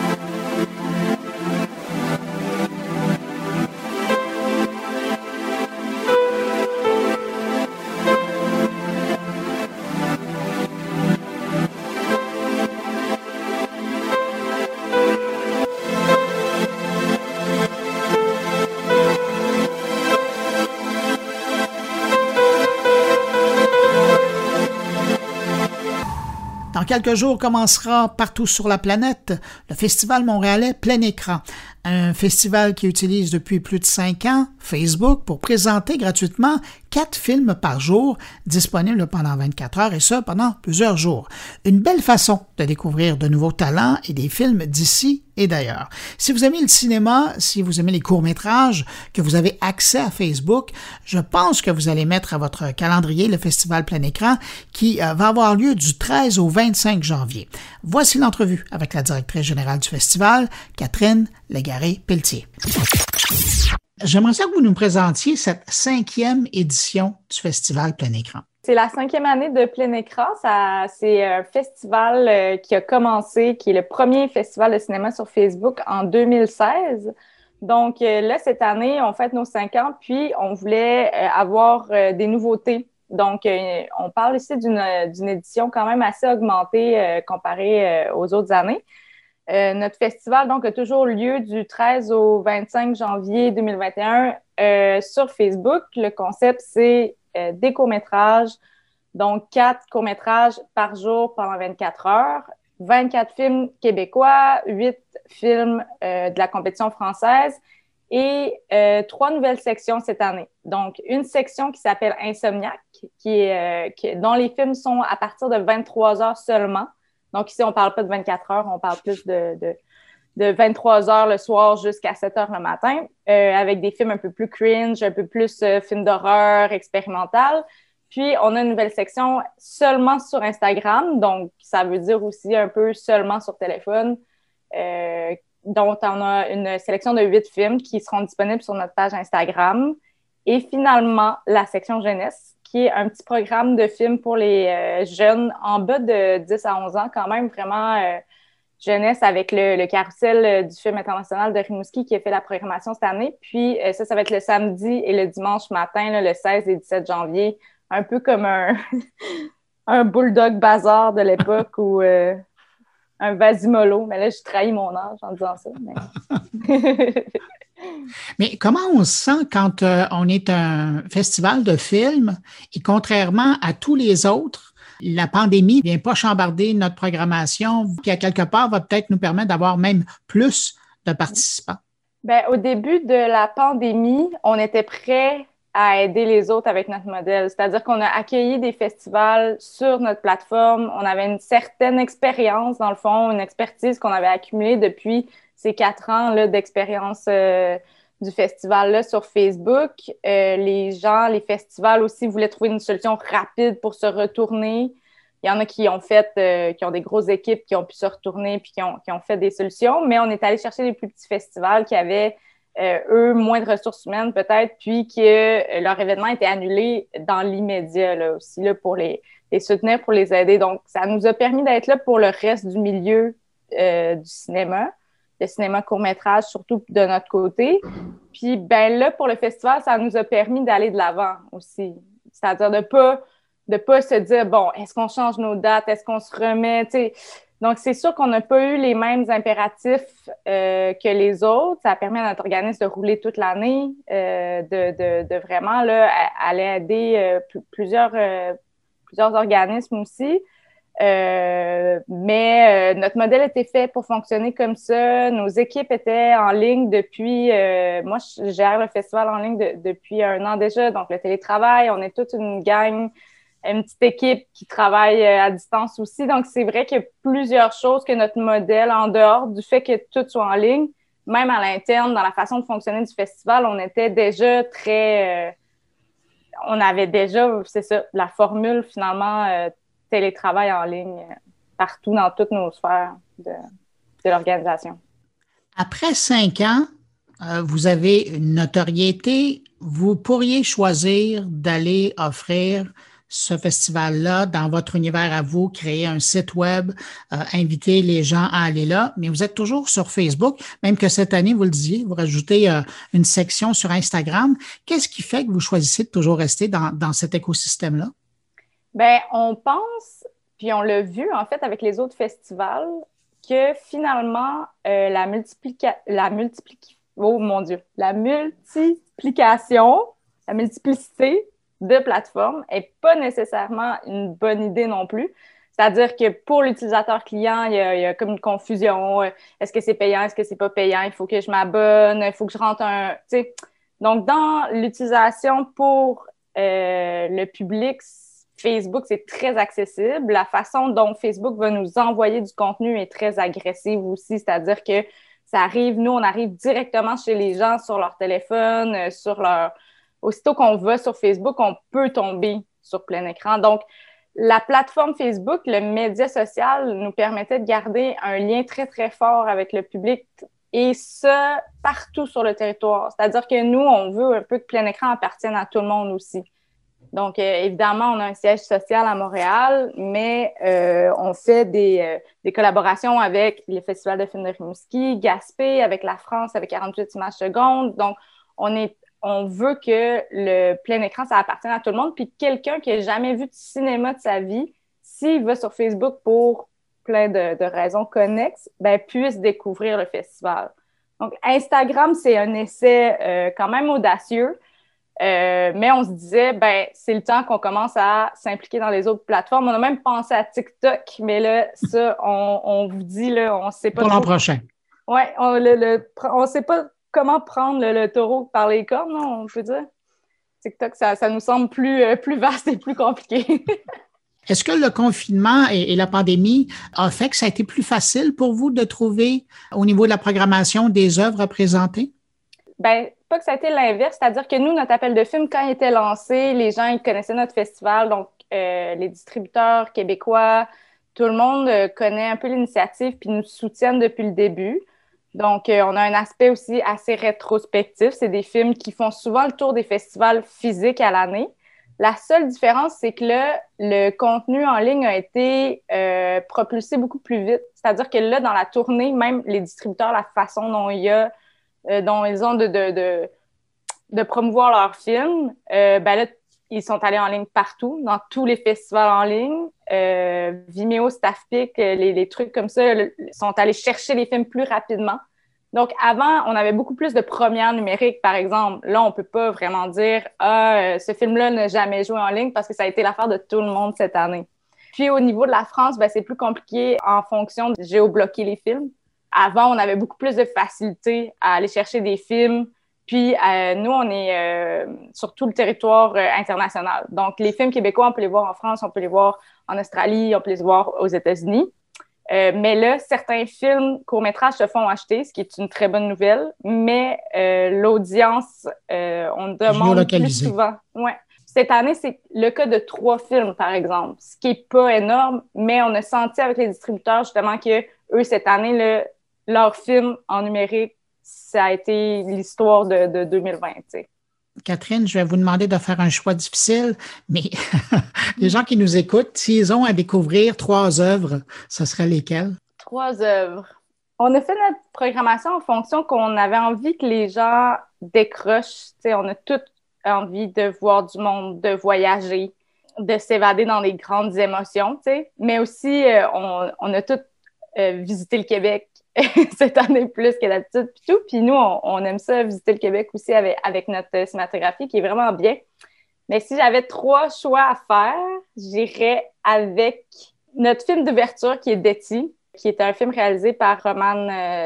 Dans quelques jours commencera partout sur la planète le Festival montréalais Plein Écran, un festival qui utilise depuis plus de cinq ans Facebook pour présenter gratuitement quatre films par jour disponibles pendant vingt-quatre heures et ça pendant plusieurs jours. Une belle façon de découvrir de nouveaux talents et des films d'ici et d'ailleurs. Si vous aimez le cinéma, si vous aimez les courts-métrages, que vous avez accès à Facebook, je pense que vous allez mettre à votre calendrier le Festival Plein Écran qui euh, va avoir lieu du treize au vingt-cinq janvier. Voici l'entrevue avec la directrice générale du festival, Catherine Légaré-Pelletier. J'aimerais ça que vous nous présentiez cette cinquième édition du Festival Plein Écran. C'est la cinquième année de Plein Écran. Ça, c'est un festival euh, qui a commencé, qui est le premier festival de cinéma sur Facebook en deux mille seize. Donc euh, là, cette année, on fête nos cinq ans, puis on voulait euh, avoir euh, des nouveautés. Donc, euh, on parle ici d'une, d'une édition quand même assez augmentée euh, comparée euh, aux autres années. Euh, notre festival, donc, a toujours lieu du treize au vingt-cinq janvier deux mille vingt et un euh, sur Facebook. Le concept, c'est euh, des courts-métrages, donc quatre courts-métrages par jour pendant vingt-quatre heures, vingt-quatre films québécois, huit films euh, de la compétition française et euh, trois nouvelles sections cette année. Donc, une section qui s'appelle Insomniac, qui est, euh, qui, dont les films sont à partir de vingt-trois heures seulement. Donc, ici, on ne parle pas de vingt-quatre heures, on parle plus de, de, de vingt-trois heures le soir jusqu'à sept heures le matin, euh, avec des films un peu plus cringe, un peu plus euh, films d'horreur, expérimental. Puis, on a une nouvelle section seulement sur Instagram, donc ça veut dire aussi un peu seulement sur téléphone, euh, dont on a une sélection de huit films qui seront disponibles sur notre page Instagram. Et finalement, la section jeunesse, qui est un petit programme de films pour les euh, jeunes en bas de dix à onze ans, quand même vraiment euh, jeunesse avec le, le carrousel du film international de Rimouski qui a fait la programmation cette année. Puis euh, ça, ça va être le samedi et le dimanche matin, là, le seize et dix-sept janvier, un peu comme un, un bulldog bazar de l'époque ou euh, un vasimolo. Mais là, je trahis mon âge en disant ça. Mais... Mais comment on se sent quand euh, on est un festival de films et contrairement à tous les autres, la pandémie ne vient pas chambarder notre programmation qui, à quelque part, va peut-être nous permettre d'avoir même plus de participants? Bien, au début de la pandémie, on était prêts à aider les autres avec notre modèle. C'est-à-dire qu'on a accueilli des festivals sur notre plateforme. On avait une certaine expérience, dans le fond, une expertise qu'on avait accumulée depuis ces quatre ans là, d'expérience euh, du festival-là sur Facebook. Euh, les gens, les festivals aussi voulaient trouver une solution rapide pour se retourner. Il y en a qui ont fait, euh, qui ont des grosses équipes qui ont pu se retourner puis qui ont, qui ont fait des solutions. Mais on est allé chercher les plus petits festivals qui avaient, euh, eux, moins de ressources humaines peut-être, puis que euh, leur événement était annulé dans l'immédiat là, aussi là, pour les, les soutenir, pour les aider. Donc, ça nous a permis d'être là pour le reste du milieu euh, du cinéma. Le cinéma court-métrage, surtout de notre côté. Puis, ben là, pour le festival, ça nous a permis d'aller de l'avant aussi. C'est-à-dire de pas, de pas se dire, bon, est-ce qu'on change nos dates? Est-ce qu'on se remet? T'sais. Donc, c'est sûr qu'on n'a pas eu les mêmes impératifs euh, que les autres. Ça a permis à notre organisme de rouler toute l'année, euh, de, de, de vraiment là, aller aider euh, plusieurs, euh, plusieurs organismes aussi. Euh, mais euh, notre modèle était fait pour fonctionner comme ça. Nos équipes étaient en ligne depuis... Euh, moi, je gère le festival en ligne de, depuis un an déjà. Donc, le télétravail, on est toute une gang, une petite équipe qui travaille à distance aussi. Donc, c'est vrai qu'il y a plusieurs choses que notre modèle, en dehors du fait que tout soit en ligne, même à l'interne, dans la façon de fonctionner du festival, on était déjà très... Euh, on avait déjà, c'est ça, la formule finalement euh, télétravail en ligne euh, partout dans toutes nos sphères de, de l'organisation. Après cinq ans, euh, vous avez une notoriété. Vous pourriez choisir d'aller offrir ce festival-là dans votre univers à vous, créer un site web, euh, inviter les gens à aller là, mais vous êtes toujours sur Facebook, même que cette année, vous le disiez, vous rajoutez euh, une section sur Instagram. Qu'est-ce qui fait que vous choisissez de toujours rester dans, dans cet écosystème-là? Bien, on pense, puis on l'a vu en fait avec les autres festivals, que finalement, euh, la multiplication, la multiplication, oh mon Dieu, la multiplication, la multiplicité de plateformes n'est pas nécessairement une bonne idée non plus. C'est-à-dire que pour l'utilisateur client, il y a, il y a comme une confusion. Est-ce que c'est payant? Est-ce que c'est pas payant? Il faut que je m'abonne. Il faut que je rentre un... Tu sais. Donc, dans l'utilisation pour euh, le public, Facebook, c'est très accessible. La façon dont Facebook va nous envoyer du contenu est très agressive aussi. C'est-à-dire que ça arrive, nous, on arrive directement chez les gens sur leur téléphone, sur leur... Aussitôt qu'on va sur Facebook, on peut tomber sur plein écran. Donc, la plateforme Facebook, le média social, nous permettait de garder un lien très, très fort avec le public et ça, partout sur le territoire. C'est-à-dire que nous, on veut un peu que plein écran appartienne à tout le monde aussi. Donc, euh, évidemment, on a un siège social à Montréal, mais euh, on fait des, euh, des collaborations avec le Festival de films de Rimouski, Gaspé, avec la France, avec quarante-huit images secondes. Donc, on est on veut que le plein écran, ça appartienne à tout le monde. Puis quelqu'un qui n'a jamais vu de cinéma de sa vie, s'il va sur Facebook pour plein de, de raisons connexes, ben, puisse découvrir le festival. Donc, Instagram, c'est un essai euh, quand même audacieux, euh, mais on se disait, ben, c'est le temps qu'on commence à s'impliquer dans les autres plateformes. On a même pensé à TikTok, mais là, ça, on, on vous dit, là, on ne sait pas. Pour l'an prochain. Oui, on ne sait pas comment prendre le, le taureau par les cornes, non, on peut dire. TikTok, ça, ça nous semble plus, euh, plus vaste et plus compliqué. Est-ce que le confinement et, et la pandémie a fait que ça a été plus facile pour vous de trouver, au niveau de la programmation, des œuvres à présenter? Bien, pas que ça a été l'inverse, c'est-à-dire que nous, notre appel de film, quand il était lancé, les gens, ils connaissaient notre festival, donc euh, les distributeurs québécois, tout le monde euh, connaît un peu l'initiative puis nous soutiennent depuis le début. Donc, euh, on a un aspect aussi assez rétrospectif. C'est des films qui font souvent le tour des festivals physiques à l'année. La seule différence, c'est que là, le contenu en ligne a été euh, propulsé beaucoup plus vite. C'est-à-dire que là, dans la tournée, même les distributeurs, la façon dont il y a, euh, dont ils ont de, de, de, de promouvoir leurs films, euh, ben là, ils sont allés en ligne partout, dans tous les festivals en ligne. Euh, Vimeo, Staffpic, les, les trucs comme ça, le, sont allés chercher les films plus rapidement. Donc, avant, on avait beaucoup plus de premières numériques, par exemple. Là, on ne peut pas vraiment dire « Ah, ce film-là n'a jamais joué en ligne » parce que ça a été l'affaire de tout le monde cette année. Puis, au niveau de la France, ben, c'est plus compliqué en fonction de géobloquer les films. Avant, on avait beaucoup plus de facilité à aller chercher des films. Puis, euh, nous, on est euh, sur tout le territoire euh, international. Donc, les films québécois, on peut les voir en France, on peut les voir en Australie, on peut les voir aux États-Unis. Euh, mais là, certains films courts-métrages se font acheter, ce qui est une très bonne nouvelle. Mais euh, l'audience, euh, on demande plus souvent. Ouais. Cette année, c'est le cas de trois films, par exemple, ce qui n'est pas énorme, mais on a senti avec les distributeurs, justement, que eux, cette année, le, leurs films en numérique, ça a été l'histoire de, de deux mille vingt. T'sais. Catherine, je vais vous demander de faire un choix difficile, mais les gens qui nous écoutent, s'ils ont à découvrir trois œuvres, ce seraient lesquelles? Trois œuvres. On a fait notre programmation en fonction qu'on avait envie que les gens décrochent. T'sais, on a tous envie de voir du monde, de voyager, de s'évader dans des grandes émotions, t'sais. Mais aussi, euh, on, on a tous euh, visité le Québec cette année plus que d'habitude, puis tout. Puis nous, on, on aime ça, visiter le Québec aussi avec, avec notre cinématographie qui est vraiment bien. Mais si j'avais trois choix à faire, j'irais avec notre film d'ouverture qui est Detty, qui est un film réalisé par Roman euh,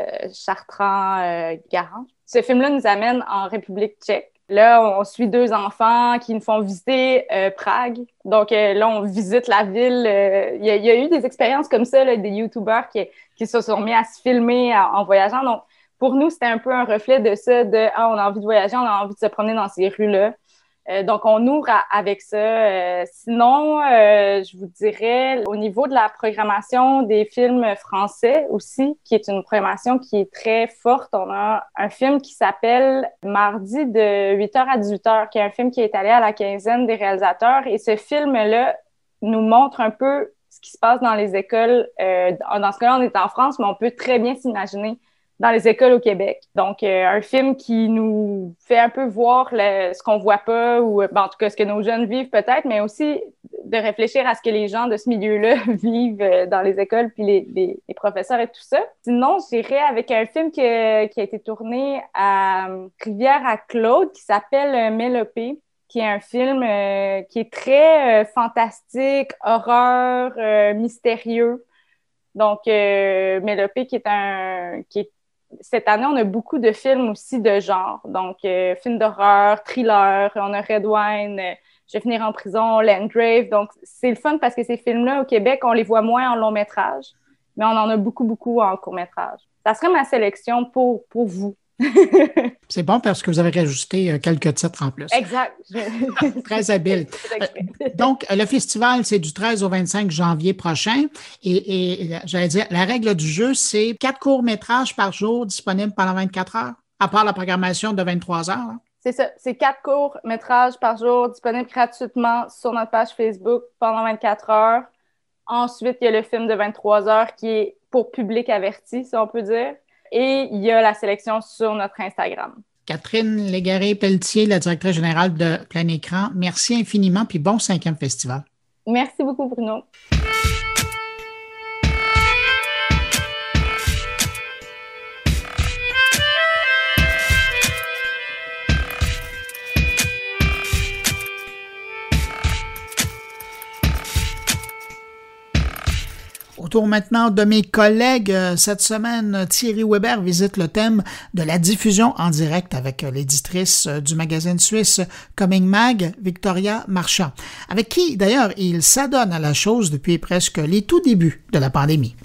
Chartrand-Garand. Euh, Ce film-là nous amène en République tchèque. Là, on suit deux enfants qui nous font visiter euh, Prague. Donc euh, là, on visite la ville. Il euh, y, y a eu des expériences comme ça, là, des YouTubers qui, qui se sont mis à se filmer en, en voyageant. Donc, pour nous, c'était un peu un reflet de ça, de « Ah, on a envie de voyager, on a envie de se promener dans ces rues-là. » Euh, donc, on ouvre à, avec ça. Euh, sinon, euh, je vous dirais, au niveau de la programmation des films français aussi, qui est une programmation qui est très forte, on a un film qui s'appelle Mardi de huit heures à dix-huit heures, qui est un film qui est allé à la quinzaine des réalisateurs. Et ce film-là nous montre un peu ce qui se passe dans les écoles. Euh, dans ce cas-là, on est en France, mais on peut très bien s'imaginer dans les écoles au Québec. Donc, euh, un film qui nous fait un peu voir le, ce qu'on voit pas, ou ben, en tout cas ce que nos jeunes vivent peut-être, mais aussi de réfléchir à ce que les gens de ce milieu-là vivent euh, dans les écoles, puis les, les, les professeurs et tout ça. Sinon, j'irais avec un film que, qui a été tourné à Rivière-à-Claude, qui s'appelle Mélopée, qui est un film euh, qui est très euh, fantastique, horreur, euh, mystérieux. Donc, euh, Mélopée, qui est un... qui est cette année, on a beaucoup de films aussi de genre. Donc, euh, films d'horreur, thriller, on a Red Wine, euh, Je vais finir en prison, Landgrave. Donc, c'est le fun parce que ces films-là, au Québec, on les voit moins en long métrage, mais on en a beaucoup, beaucoup en court métrage. Ça serait ma sélection pour, pour vous. C'est bon parce que vous avez rajouté quelques titres en plus. Exact. Très habile. Donc, le festival, c'est du treize au vingt-cinq janvier prochain. Et, et j'allais dire, la règle du jeu, c'est quatre courts-métrages par jour disponibles pendant vingt-quatre heures, à part la programmation de vingt-trois heures. Hein? C'est ça. C'est quatre courts-métrages par jour disponibles gratuitement sur notre page Facebook pendant vingt-quatre heures. Ensuite, il y a le film de vingt-trois heures qui est pour public averti, si on peut dire. Et il y a la sélection sur notre Instagram. Catherine Légaré-Pelletier, la directrice générale de Plein Écran, merci infiniment, puis bon cinquième festival. Merci beaucoup, Bruno. Au tour maintenant de mes collègues, cette semaine, Thierry Weber visite le thème de la diffusion en direct avec l'éditrice du magazine suisse Coming Mag, Victoria Marchand, avec qui, d'ailleurs, il s'adonne à la chose depuis presque les tout débuts de la pandémie.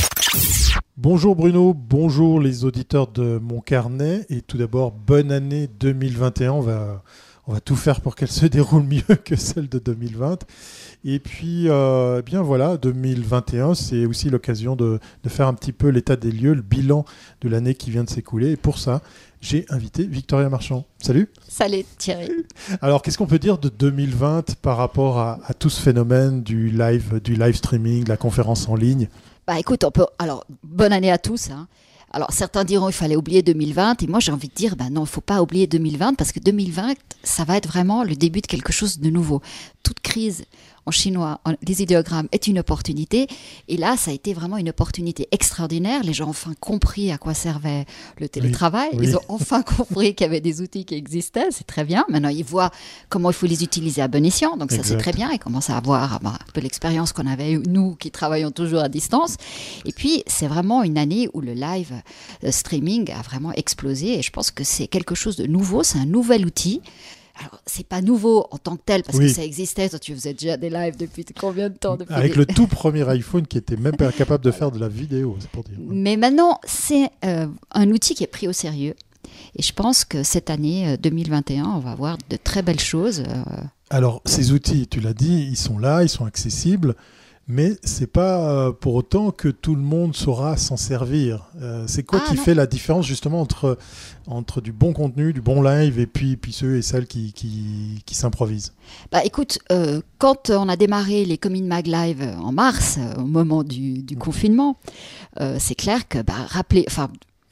Bonjour Bruno, bonjour les auditeurs de Mon Carnet, et tout d'abord, bonne année deux mille vingt et un. On va, on va tout faire pour qu'elle se déroule mieux que celle de deux mille vingt. Et puis, euh, eh bien voilà, deux mille vingt et un, c'est aussi l'occasion de, de faire un petit peu l'état des lieux, le bilan de l'année qui vient de s'écouler. Et pour ça, j'ai invité Victoria Marchand. Salut. Salut Thierry. Alors, qu'est-ce qu'on peut dire de deux mille vingt par rapport à, à tout ce phénomène du live, du live streaming, de la conférence en ligne ? Bah écoute, on peut. Alors, bonne année à tous. Hein. Alors, certains diront qu'il fallait oublier deux mille vingt, et moi j'ai envie de dire, ben non, il ne faut pas oublier deux mille vingt, parce que deux mille vingt, ça va être vraiment le début de quelque chose de nouveau. Toute crise en chinois, en, les idéogrammes est une opportunité, et là, ça a été vraiment une opportunité extraordinaire. Les gens ont enfin compris à quoi servait le télétravail, oui, oui. Ils ont enfin compris qu'il y avait des outils qui existaient, c'est très bien. Maintenant, ils voient comment il faut les utiliser à bon escient, donc ça exact. C'est très bien, ils commencent à avoir ben, un peu l'expérience qu'on avait, nous, qui travaillons toujours à distance. Et puis, c'est vraiment une année où le live le streaming a vraiment explosé, et je pense que c'est quelque chose de nouveau, c'est un nouvel outil. Alors, c'est pas nouveau en tant que tel, parce oui. que ça existait. Toi, tu faisais déjà des lives depuis combien de temps depuis Avec des... le tout premier iPhone qui était même pas capable de faire de la vidéo, c'est pour dire. Mais maintenant, c'est euh, un outil qui est pris au sérieux. Et je pense que cette année deux mille vingt et un, on va avoir de très belles choses. Euh... Alors, ces outils, tu l'as dit, ils sont là, ils sont accessibles. Mais c'est pas pour autant que tout le monde saura s'en servir. Euh, c'est quoi ah, qui non. fait la différence justement entre, entre du bon contenu, du bon live et puis, puis ceux et celles qui, qui, qui s'improvisent? Bah écoute, euh, quand on a démarré les Coming Mag Live en mars, euh, au moment du, du confinement, euh, c'est clair que bah, rappeler, enfin,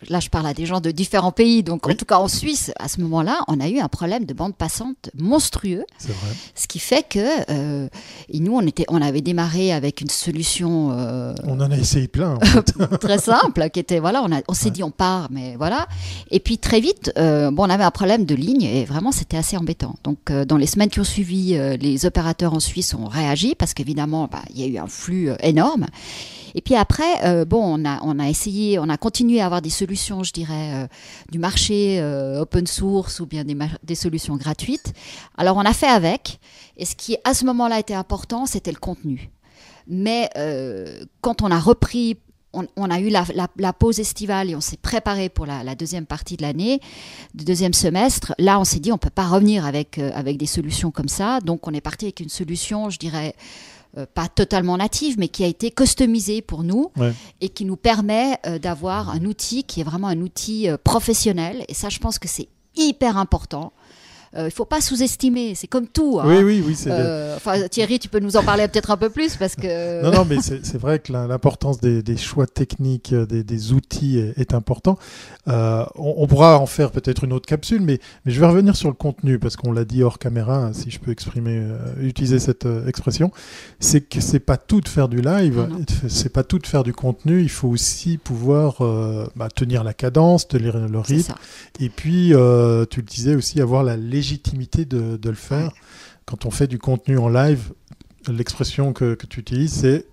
là je parle à des gens de différents pays, donc oui. en tout cas en Suisse, à ce moment-là, on a eu un problème de bande passante monstrueux. C'est vrai. Ce qui fait que euh, et nous, on, était, on avait démarré avec une solution... Euh, on en a essayé plein, en fait. très simple, qui était, voilà, on, a, on s'est ouais. dit on part, mais voilà. Et puis très vite, euh, bon, on avait un problème de ligne et vraiment c'était assez embêtant. Donc euh, dans les semaines qui ont suivi, euh, les opérateurs en Suisse ont réagi parce qu'évidemment, bah, il y a eu un flux euh, énorme. Et puis après, euh, bon, on a, on a essayé, on a continué à avoir des solutions, je dirais, euh, du marché euh, open source ou bien des, ma- des solutions gratuites. Alors on a fait avec. Et ce qui à ce moment-là était important, c'était le contenu. Mais euh, quand on a repris, on, on a eu la, la, la pause estivale et on s'est préparé pour la, la deuxième partie de l'année, du deuxième semestre. Là, on s'est dit, on peut pas revenir avec euh, avec des solutions comme ça. Donc on est parti avec une solution, je dirais. Euh, pas totalement native, mais qui a été customisée pour nous ouais. et qui nous permet euh, d'avoir un outil qui est vraiment un outil euh, professionnel. Et ça, je pense que c'est hyper important. Il euh, ne faut pas sous-estimer, c'est comme tout. Hein. Oui, oui, oui. C'est euh, des... Thierry, tu peux nous en parler peut-être un peu plus parce que... Non, non, mais c'est, c'est vrai que l'importance des, des choix techniques, des, des outils est, est important. Euh, on, on pourra en faire peut-être une autre capsule, mais, mais je vais revenir sur le contenu parce qu'on l'a dit hors caméra, si je peux exprimer, euh, utiliser cette euh, expression. C'est que c'est pas tout de faire du live, ah c'est pas tout de faire du contenu. Il faut aussi pouvoir euh, bah, tenir la cadence, tenir le rythme. Et puis, euh, tu le disais aussi, avoir la légitimité légitimité de, de le faire. Ouais. Quand on fait du contenu en live, l'expression que, que tu utilises, c'est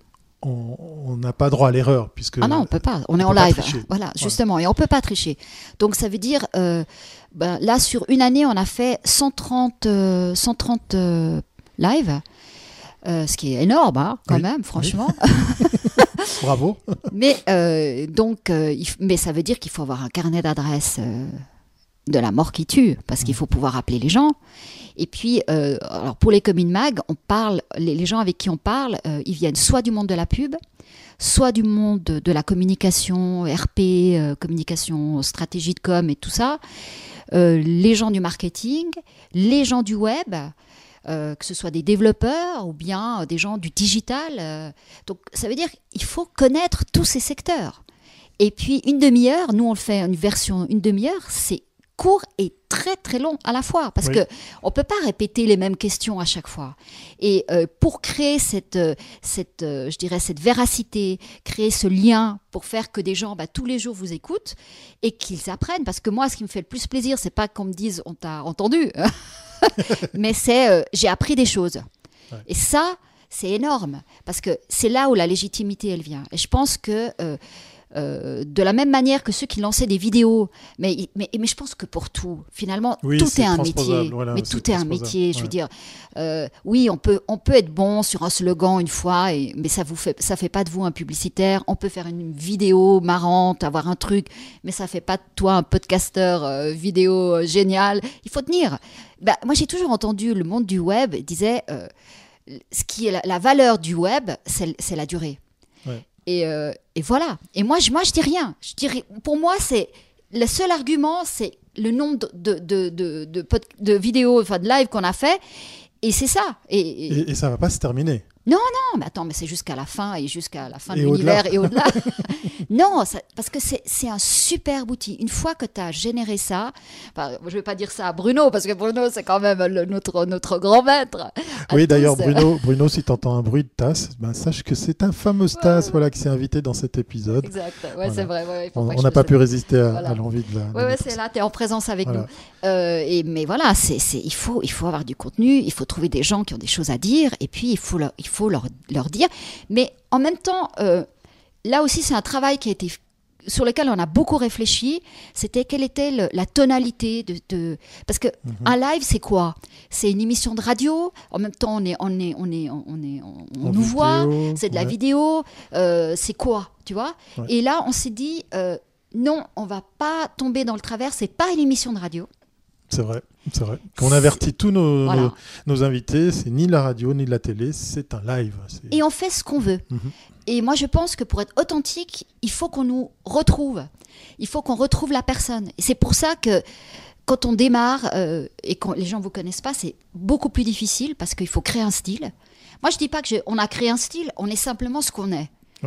on n'a pas droit à l'erreur. Puisque ah non, on ne peut pas. On, on est en live. Voilà, justement. Ouais. Et on ne peut pas tricher. Donc, ça veut dire, euh, ben, là, sur une année, on a fait cent trente, euh, cent trente euh, lives, euh, ce qui est énorme, hein, quand oui. même, franchement. Oui. Bravo. Mais, euh, donc, euh, il, mais ça veut dire qu'il faut avoir un carnet d'adresses euh, de la mort qui tue, parce qu'il faut pouvoir appeler les gens. Et puis, euh, alors pour les Commune Mag, on parle, les, les gens avec qui on parle, euh, ils viennent soit du monde de la pub, soit du monde de, de la communication, R P, euh, communication, stratégie de com et tout ça, euh, les gens du marketing, les gens du web, euh, que ce soit des développeurs ou bien des gens du digital. Euh, donc, ça veut dire qu'il faut connaître tous ces secteurs. Et puis, une demi-heure, nous on le fait une version, une demi-heure, c'est court et très très long à la fois parce oui. que on peut pas répéter les mêmes questions à chaque fois et euh, pour créer cette cette euh, je dirais cette véracité, créer ce lien pour faire que des gens bah, tous les jours vous écoutent et qu'ils apprennent, parce que moi ce qui me fait le plus plaisir, c'est pas qu'on me dise on t'a entendu mais c'est euh, j'ai appris des choses ouais. et ça c'est énorme parce que c'est là où la légitimité elle vient. Et je pense que euh, Euh, de la même manière que ceux qui lançaient des vidéos, mais, mais, mais je pense que pour tout, finalement, oui, tout est, est un métier. Voilà, mais tout est un métier, je ouais. veux dire. Euh, oui, on peut, on peut être bon sur un slogan une fois, et, mais ça ne fait, ça fait pas de vous un publicitaire. On peut faire une vidéo marrante, avoir un truc, mais ça ne fait pas de toi un podcasteur euh, vidéo euh, génial. Il faut tenir. Bah, moi, j'ai toujours entendu le monde du web disait euh, ce qui est la, la valeur du web, c'est, c'est la durée. Ouais. Et, euh, et voilà. Et moi, je, moi, je dis rien. Je dis, pour moi, c'est le seul argument, c'est le nombre de, de, de, de, de, de vidéos, enfin de live qu'on a fait. Et c'est ça. Et, et... et, et ça ne va pas se terminer. Non, non, mais attends, mais c'est jusqu'à la fin et jusqu'à la fin et de l'univers au-delà. et au-delà. Non, ça, parce que c'est, c'est un superbe outil. Une fois que tu as généré ça, enfin, je ne vais pas dire ça à Bruno, parce que Bruno, c'est quand même le, notre, notre grand maître. Oui, d'ailleurs, Bruno, Bruno, si tu entends un bruit de tasse, ben, sache que c'est un fameux tasse ouais. voilà, qui s'est invité dans cet épisode. Exact, ouais, voilà. C'est vrai. Ouais, on n'a pas pu résister à, voilà. à l'envie de la. Oui, ouais, c'est là, tu es en présence avec voilà. nous. Euh, et, mais voilà, c'est, c'est, il, faut, il faut avoir du contenu, il faut trouver des gens qui ont des choses à dire, et puis il faut leur, il faut leur, leur dire. Mais en même temps, euh, là aussi, c'est un travail qui a été, sur lequel on a beaucoup réfléchi. C'était quelle était le, la tonalité de, de... Parce que mm-hmm. un live, c'est quoi ? C'est une émission de radio. En même temps, on est, on est, on est, on est, on, on nous vidéo, voit. C'est de ouais. la vidéo. Euh, c'est quoi ? Tu vois ? ouais. Et là, on s'est dit, euh, non, on va pas tomber dans le travers. C'est pas une émission de radio. C'est vrai, c'est vrai. On avertit tous nos, voilà. nos, nos invités, c'est ni la radio ni la télé, c'est un live. C'est... Et on fait ce qu'on veut. Mm-hmm. Et moi, je pense que pour être authentique, il faut qu'on nous retrouve. Il faut qu'on retrouve la personne. Et c'est pour ça que quand on démarre euh, et que les gens ne vous connaissent pas, c'est beaucoup plus difficile parce qu'il faut créer un style. Moi, je ne dis pas qu'on a créé un style, on est simplement ce qu'on est. Ouais.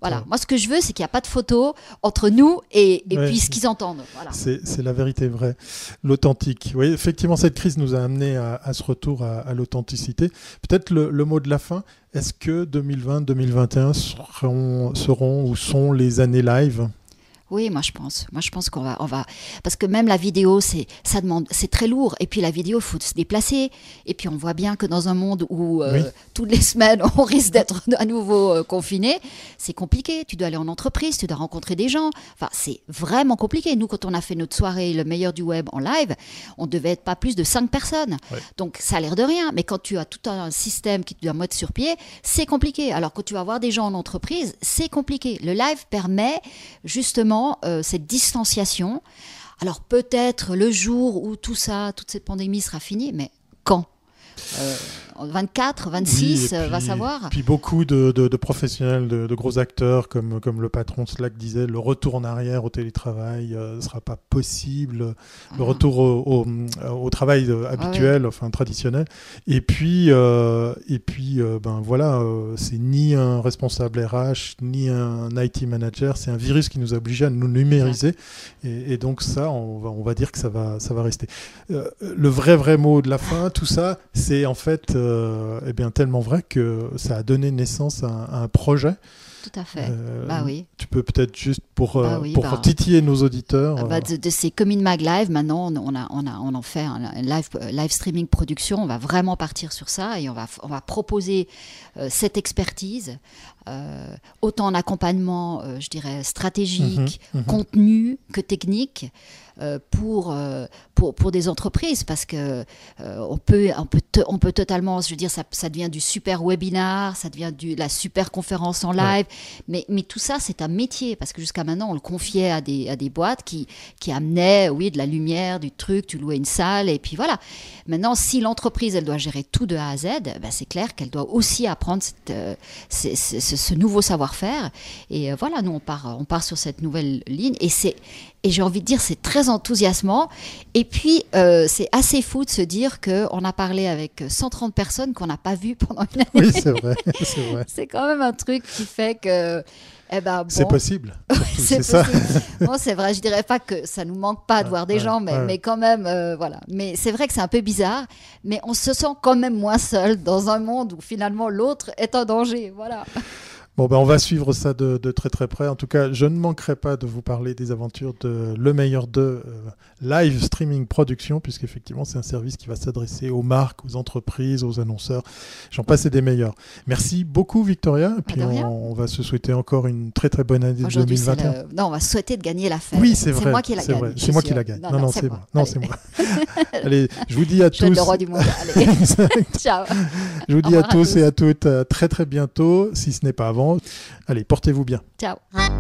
Voilà. Ouais. Moi, ce que je veux, c'est qu'il n'y a pas de photo entre nous et, et Ouais. puis ce qu'ils entendent. Voilà. C'est, c'est la vérité vraie, l'authentique. Oui, effectivement, cette crise nous a amené à, à ce retour à, à l'authenticité. Peut-être le, le mot de la fin, est-ce que deux mille vingt, deux mille vingt et un seront, seront ou sont les années live ? Oui, moi je pense. Moi je pense qu'on va, on va, parce que même la vidéo, c'est, ça demande, c'est très lourd. Et puis la vidéo, il faut se déplacer. Et puis on voit bien que dans un monde où euh, Oui. toutes les semaines on risque d'être à nouveau euh, confiné, c'est compliqué. Tu dois aller en entreprise, tu dois rencontrer des gens. Enfin, c'est vraiment compliqué. Nous, quand on a fait notre soirée, le meilleur du web en live, on devait être pas plus de cinq personnes. Ouais. Donc ça a l'air de rien. Mais quand tu as tout un système qui te doit mettre sur pied, c'est compliqué. Alors quand tu vas voir des gens en entreprise, c'est compliqué. Le live permet justement Euh, cette distanciation. Alors peut-être le jour où tout ça, toute cette pandémie sera finie, mais quand euh, vingt-quatre, vingt-six, Oui, et euh, va puis- savoir. Puis beaucoup de, de, de professionnels, de, de gros acteurs, comme, comme le patron Slack disait, le retour en arrière au télétravail ne sera pas possible, le Ah. retour au, au, au travail euh, habituel, enfin traditionnel. Et puis, euh, et puis euh, ben, voilà, euh, c'est ni un responsable R H, ni un I T manager, c'est un virus qui nous a obligés à nous numériser. Et, et donc ça, on va, on va dire que ça va, ça va rester. Euh, le vrai, vrai mot de la fin, tout ça, c'est en fait euh, eh bien, tellement vrai que ça a donné naissance à un, à un projet. Tout à fait. Euh, Bah oui. Tu peux peut-être juste pour, Bah euh, oui, pour bah. titiller nos auditeurs. Ah bah, euh, de, de ces Comin Mag Live, maintenant, on, on, a, on, a, on en fait un live, live streaming production. On va vraiment partir sur ça et on va, on va proposer euh, cette expertise, euh, autant en accompagnement, euh, je dirais, stratégique, Mhm, mhm. contenu que technique. Euh, pour, euh, pour, pour des entreprises, parce que euh, on, peut, on, peut te, on peut totalement, je veux dire, ça, ça devient du super webinar, ça devient de la super conférence en live, mais, mais tout ça, c'est un métier, parce que jusqu'à maintenant, on le confiait à des, à des boîtes qui, qui amenaient, oui, de la lumière, du truc, tu louais une salle, et puis voilà. Maintenant, si l'entreprise, elle doit gérer tout de A à Z, ben c'est clair qu'elle doit aussi apprendre cette, euh, ce, ce, ce nouveau savoir-faire, et euh, voilà, nous, on part, on part sur cette nouvelle ligne, et c'est Et j'ai envie de dire, c'est très enthousiasmant. Et puis, euh, c'est assez fou de se dire qu'on a parlé avec cent trente personnes qu'on n'a pas vues pendant une année. Oui, c'est vrai. c'est, vrai. C'est quand même un truc qui fait que... Eh ben, bon, c'est possible. c'est, c'est ça. Bon, c'est vrai, je dirais pas que ça nous manque pas de voir des ouais, gens, mais, ouais. mais quand même, euh, voilà. Mais c'est vrai que c'est un peu bizarre, mais on se sent quand même moins seul dans un monde où finalement l'autre est un danger. Voilà. Bon, ben, on va suivre ça de, de très très près. En tout cas, je ne manquerai pas de vous parler des aventures de Le Meilleur de euh, Live Streaming Production, puisqu'effectivement, c'est un service qui va s'adresser aux marques, aux entreprises, aux annonceurs. J'en passe et des meilleurs. Merci beaucoup, Victoria. Et puis, on, on va se souhaiter encore une très très bonne année Aujourd'hui, deux mille vingt et un. le... Non, on va souhaiter de gagner la fête. Oui, c'est vrai. C'est moi qui la c'est gagne. Vrai. C'est sûr. moi qui la gagne. Non, non, non c'est, c'est moi. Non, Allez. c'est moi. Allez, je vous dis à je tous. le roi du monde. Allez. Ciao. Je vous dis à tous, à tous et à toutes à très très bientôt, si ce n'est pas avant. Allez, portez-vous bien. Ciao.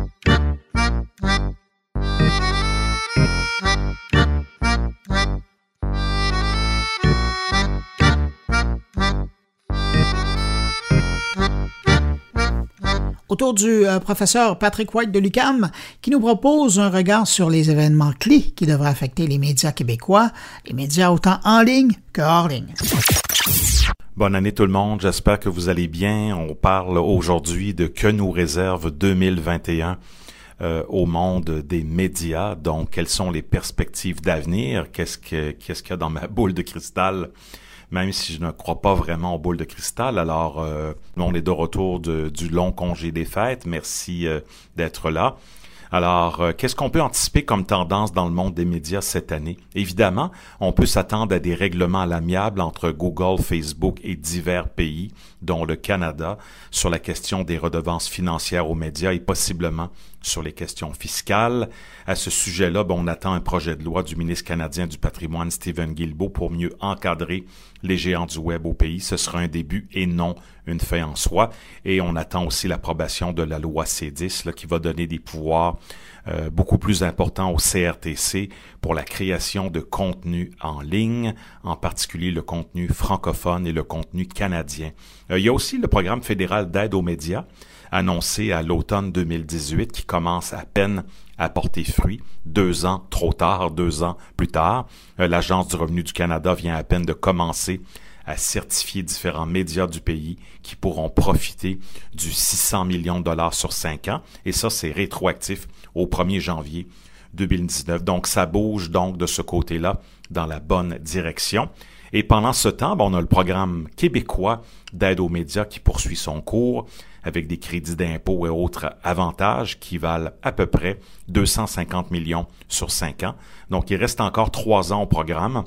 Autour du euh, professeur Patrick White de l'U Q A M, qui nous propose un regard sur les événements clés qui devraient affecter les médias québécois, les médias autant en ligne que hors ligne. Bonne année tout le monde, j'espère que vous allez bien. On parle aujourd'hui de que nous réserve deux mille vingt et un euh, au monde des médias. Donc, quelles sont les perspectives d'avenir? Qu'est-ce que, qu'est-ce qu'il y a dans ma boule de cristal? Même si je ne crois pas vraiment aux boules de cristal. Alors, euh, on est de retour de, du long congé des fêtes. Merci euh, d'être là. Alors, euh, qu'est-ce qu'on peut anticiper comme tendance dans le monde des médias cette année? Évidemment, on peut s'attendre à des règlements à l'amiable entre Google, Facebook et divers pays, dont le Canada, sur la question des redevances financières aux médias et possiblement sur les questions fiscales. À ce sujet-là, ben, on attend un projet de loi du ministre canadien du patrimoine, Stephen Guilbeault, pour mieux encadrer les géants du web au pays. Ce sera un début et non une fin en soi. Et on attend aussi l'approbation de la loi C dix, là, qui va donner des pouvoirs euh, beaucoup plus importants au C R T C pour la création de contenu en ligne, en particulier le contenu francophone et le contenu canadien. Euh, il y a aussi le programme fédéral d'aide aux médias, annoncé à l'automne deux mille dix-huit, qui commence à peine à porter fruit. Deux ans trop tard, deux ans plus tard. Euh, L'Agence du revenu du Canada vient à peine de commencer à certifier différents médias du pays qui pourront profiter du six cents millions de dollars sur cinq ans. Et ça, c'est rétroactif au premier janvier deux mille dix-neuf. Donc, ça bouge donc de ce côté-là dans la bonne direction. Et pendant ce temps, ben, on a le programme québécois d'aide aux médias qui poursuit son cours avec des crédits d'impôt et autres avantages qui valent à peu près deux cent cinquante millions sur cinq ans. Donc, il reste encore trois ans au programme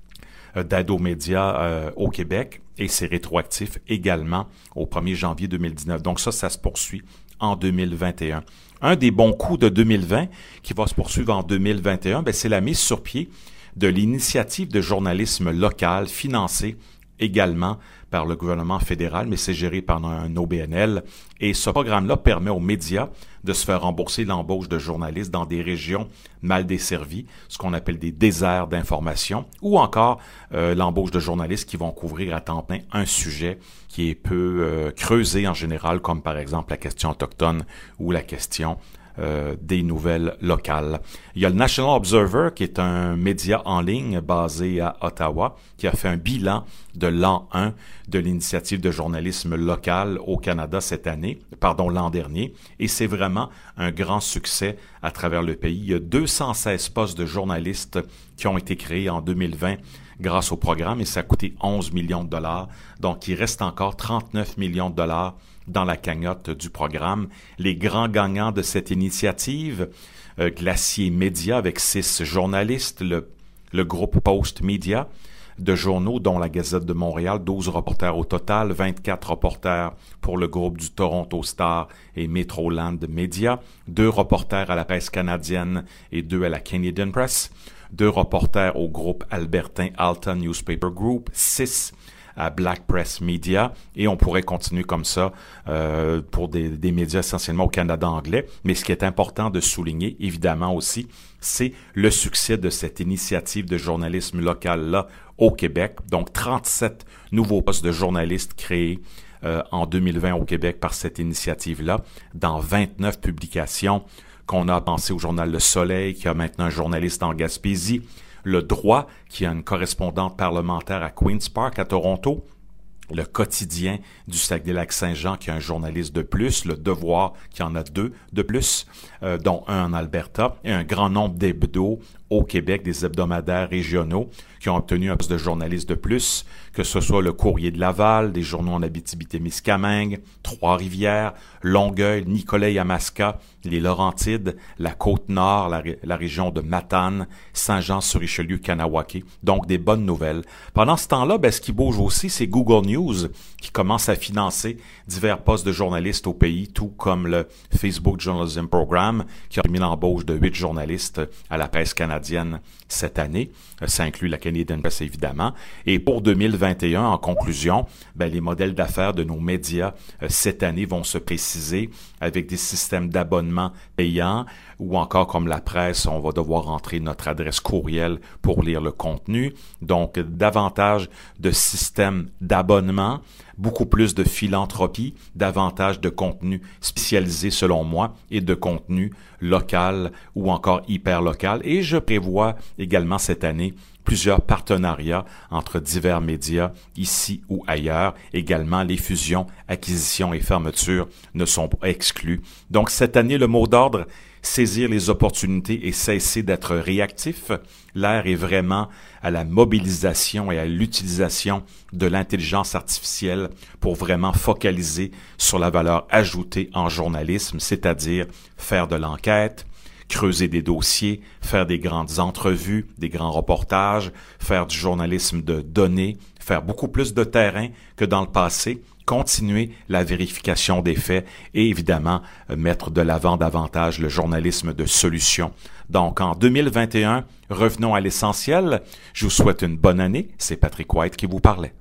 d'aide aux médias euh, au Québec et c'est rétroactif également au premier janvier deux mille dix-neuf. Donc ça, ça se poursuit en deux mille vingt et un. Un des bons coups de deux mille vingt qui va se poursuivre en deux mille vingt et un, bien, c'est la mise sur pied de l'initiative de journalisme local financée également par le gouvernement fédéral, mais c'est géré par un O B N L. Et ce programme-là permet aux médias de se faire rembourser l'embauche de journalistes dans des régions mal desservies, ce qu'on appelle des déserts d'information, ou encore euh, l'embauche de journalistes qui vont couvrir à temps plein un sujet qui est peu euh, creusé en général, comme par exemple la question autochtone ou la question Euh, des nouvelles locales. Il y a le National Observer, qui est un média en ligne basé à Ottawa, qui a fait un bilan de l'an un de l'initiative de journalisme local au Canada cette année, pardon, l'an dernier, et c'est vraiment un grand succès à travers le pays. Il y a deux cent seize postes de journalistes qui ont été créés en deux mille vingt grâce au programme et ça a coûté onze millions de dollars. Donc, il reste encore trente-neuf millions de dollars dans la cagnotte du programme. Les grands gagnants de cette initiative, euh, Glacier Média avec six journalistes, le, le groupe Post Media de journaux dont la Gazette de Montréal, douze reporters au total, vingt-quatre reporters pour le groupe du Toronto Star et Metroland Media, deux reporters à la presse canadienne et deux à la Canadian Press, deux reporters au groupe albertain Alta Newspaper Group, six à Black Press Media, et on pourrait continuer comme ça euh, pour des, des médias essentiellement au Canada anglais. Mais ce qui est important de souligner, évidemment aussi, c'est le succès de cette initiative de journalisme local-là au Québec. Donc, trente-sept nouveaux postes de journalistes créés euh, en deux mille vingt au Québec par cette initiative-là, dans vingt-neuf publications qu'on a pensé au journal Le Soleil, qui a maintenant un journaliste en Gaspésie, Le Droit, qui a une correspondante parlementaire à Queen's Park, à Toronto, Le Quotidien du Saguenay-Lac-Saint-Jean, qui a un journaliste de plus, Le Devoir, qui en a deux de plus, euh, dont un en Alberta, et un grand nombre d'hebdos au Québec, des hebdomadaires régionaux, qui ont obtenu un poste de journaliste de plus, que ce soit le Courrier de Laval, des journaux en Abitibi-Témiscamingue, Trois-Rivières, Longueuil, Nicolet-Yamaska, les Laurentides, la Côte-Nord, la, la région de Matane, Saint-Jean-sur-Richelieu, Kanawake. Donc, des bonnes nouvelles. Pendant ce temps-là, ben, ce qui bouge aussi, c'est Google News, qui commence à financer divers postes de journalistes au pays, tout comme le Facebook Journalism Program, qui a permis l'embauche de huit journalistes à la presse canadienne cette année. Ça inclut la Canadian Press, évidemment. Et pour deux mille vingt et un, en conclusion, ben, les modèles d'affaires de nos médias euh, cette année vont se préciser avec des systèmes d'abonnement payants ou encore comme la presse, on va devoir entrer notre adresse courriel pour lire le contenu. Donc, davantage de systèmes d'abonnement, beaucoup plus de philanthropie, davantage de contenu spécialisé selon moi et de contenu local ou encore hyper local. Et je prévois également cette année plusieurs partenariats entre divers médias ici ou ailleurs. Également, les fusions, acquisitions et fermetures ne sont pas exclues. Donc, cette année, le mot d'ordre, saisir les opportunités et cesser d'être réactif. L'ère est vraiment à la mobilisation et à l'utilisation de l'intelligence artificielle pour vraiment focaliser sur la valeur ajoutée en journalisme, c'est-à-dire faire de l'enquête, creuser des dossiers, faire des grandes entrevues, des grands reportages, faire du journalisme de données, faire beaucoup plus de terrain que dans le passé, continuer la vérification des faits et évidemment mettre de l'avant davantage le journalisme de solution. Donc en deux mille vingt et un, revenons à l'essentiel. Je vous souhaite une bonne année. C'est Patrick White qui vous parlait.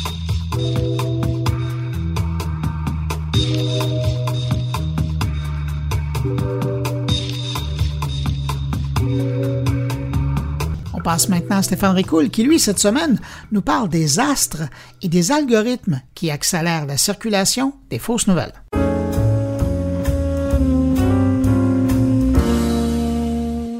On passe maintenant à Stéphane Ricoul qui, lui, cette semaine, nous parle des astres et des algorithmes qui accélèrent la circulation des fausses nouvelles.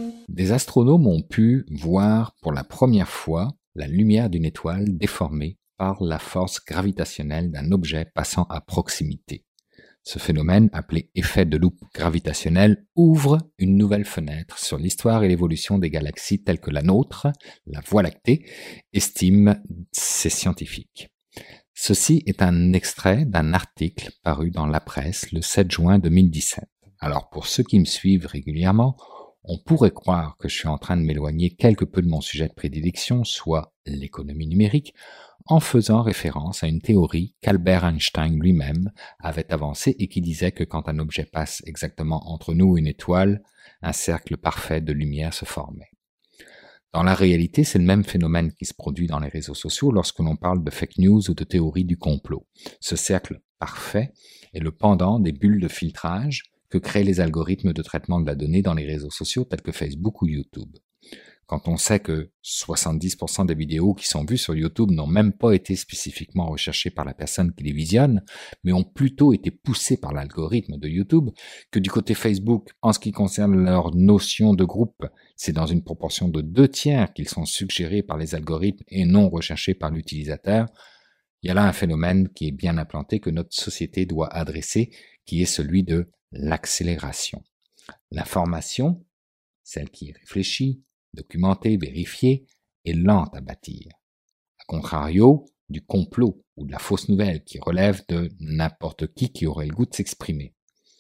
Des astronomes ont pu voir pour la première fois la lumière d'une étoile déformée par la force gravitationnelle d'un objet passant à proximité. Ce phénomène, appelé effet de loupe gravitationnel, ouvre une nouvelle fenêtre sur l'histoire et l'évolution des galaxies telles que la nôtre, la Voie lactée, estiment ces scientifiques. Ceci est un extrait d'un article paru dans la presse le sept juin deux mille dix-sept. Alors pour ceux qui me suivent régulièrement, on pourrait croire que je suis en train de m'éloigner quelque peu de mon sujet de prédilection, soit l'économie numérique, en faisant référence à une théorie qu'Albert Einstein lui-même avait avancée et qui disait que quand un objet passe exactement entre nous et une étoile, un cercle parfait de lumière se formait. Dans la réalité, c'est le même phénomène qui se produit dans les réseaux sociaux lorsque l'on parle de fake news ou de théorie du complot. Ce cercle parfait est le pendant des bulles de filtrage que créent les algorithmes de traitement de la donnée dans les réseaux sociaux tels que Facebook ou YouTube. Quand on sait que soixante-dix pour cent des vidéos qui sont vues sur YouTube n'ont même pas été spécifiquement recherchées par la personne qui les visionne, mais ont plutôt été poussées par l'algorithme de YouTube, que du côté Facebook, en ce qui concerne leur notion de groupe, c'est dans une proportion de deux tiers qu'ils sont suggérés par les algorithmes et non recherchés par l'utilisateur, il y a là un phénomène qui est bien implanté que notre société doit adresser, qui est celui de l'accélération. L'information, celle qui est réfléchie, documentée, vérifiée, est lente à bâtir. A contrario, du complot ou de la fausse nouvelle qui relève de n'importe qui qui aurait le goût de s'exprimer.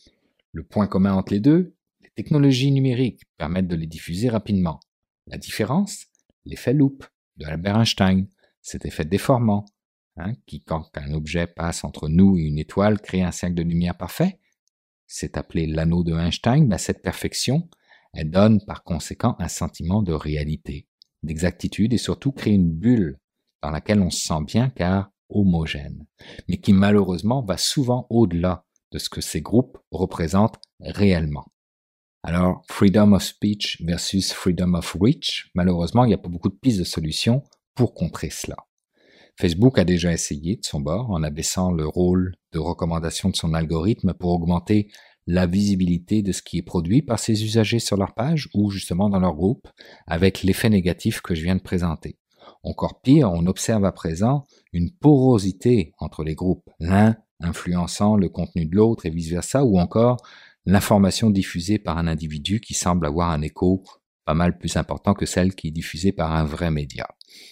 Le point commun entre les deux, les technologies numériques permettent de les diffuser rapidement. La différence, l'effet loupe de Albert Einstein, cet effet déformant, hein, qui, quand un objet passe entre nous et une étoile, crée un cercle de lumière parfait. C'est appelé l'anneau de Einstein. Ben, cette perfection, elle donne par conséquent un sentiment de réalité, d'exactitude et surtout crée une bulle dans laquelle on se sent bien car homogène, mais qui malheureusement va souvent au-delà de ce que ces groupes représentent réellement. Alors, freedom of speech versus freedom of reach, malheureusement, il n'y a pas beaucoup de pistes de solutions pour contrer cela. Facebook a déjà essayé de son bord en abaissant le rôle de recommandation de son algorithme pour augmenter la visibilité de ce qui est produit par ses usagers sur leur page ou justement dans leur groupe, avec l'effet négatif que je viens de présenter. Encore pire, on observe à présent une porosité entre les groupes, l'un influençant le contenu de l'autre et vice-versa, ou encore l'information diffusée par un individu qui semble avoir un écho pas mal plus important que celle qui est diffusée par un vrai média.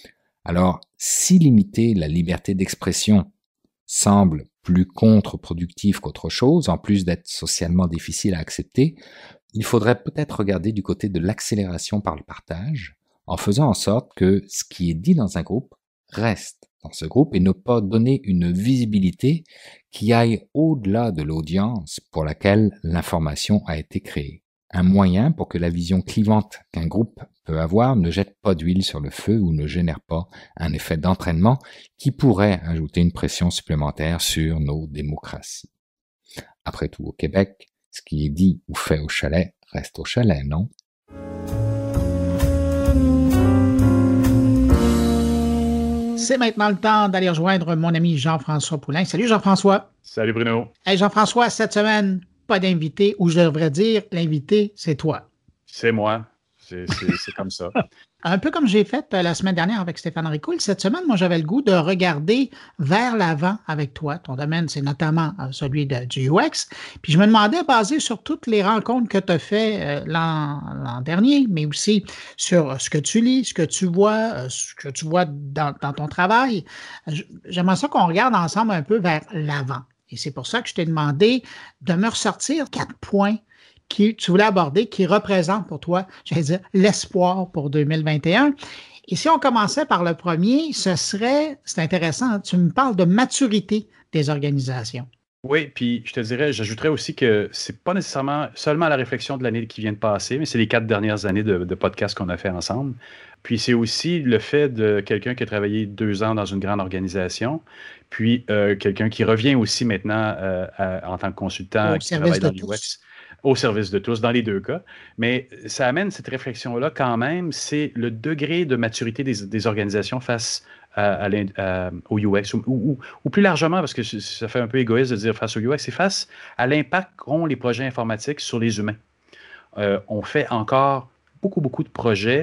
Alors, si limiter la liberté d'expression semble plus contre-productif qu'autre chose, en plus d'être socialement difficile à accepter, il faudrait peut-être regarder du côté de l'accélération par le partage, en faisant en sorte que ce qui est dit dans un groupe reste dans ce groupe et ne pas donner une visibilité qui aille au-delà de l'audience pour laquelle l'information a été créée. Un moyen pour que la vision clivante qu'un groupe peut avoir ne jette pas d'huile sur le feu ou ne génère pas un effet d'entraînement qui pourrait ajouter une pression supplémentaire sur nos démocraties. Après tout, au Québec, ce qui est dit ou fait au chalet reste au chalet, non? C'est maintenant le temps d'aller rejoindre mon ami Jean-François Poulain. Salut Jean-François. Salut Bruno. Hey Jean-François, cette semaine, pas d'invité, ou je devrais dire, l'invité, c'est toi. C'est moi. C'est, c'est, c'est comme ça. Un peu comme j'ai fait la semaine dernière avec Stéphane Ricoul, cette semaine, moi, j'avais le goût de regarder vers l'avant avec toi. Ton domaine, c'est notamment celui de, du U X. Puis je me demandais, basé sur toutes les rencontres que tu as fait l'an, l'an dernier, mais aussi sur ce que tu lis, ce que tu vois, ce que tu vois dans, dans ton travail, j'aimerais ça qu'on regarde ensemble un peu vers l'avant. Et c'est pour ça que je t'ai demandé de me ressortir quatre points que tu voulais aborder, qui représentent pour toi, j'allais dire, l'espoir pour deux mille vingt et un. Et si on commençait par le premier, ce serait, c'est intéressant, tu me parles de maturité des organisations. Oui, puis je te dirais, j'ajouterais aussi que c'est pas nécessairement seulement la réflexion de l'année qui vient de passer, mais c'est les quatre dernières années de, de podcasts qu'on a fait ensemble. Puis c'est aussi le fait de quelqu'un qui a travaillé deux ans dans une grande organisation, puis euh, quelqu'un qui revient aussi maintenant euh, à, en tant que consultant au qui service travaille dans de l'U X. tous. Au service de tous, dans les deux cas. Mais ça amène cette réflexion-là quand même, c'est le degré de maturité des, des organisations face à, à, à, au U X, ou, ou, ou plus largement, parce que ça fait un peu égoïste de dire face au U X, c'est face à l'impact qu'ont les projets informatiques sur les humains. Euh, on fait encore beaucoup, beaucoup de projets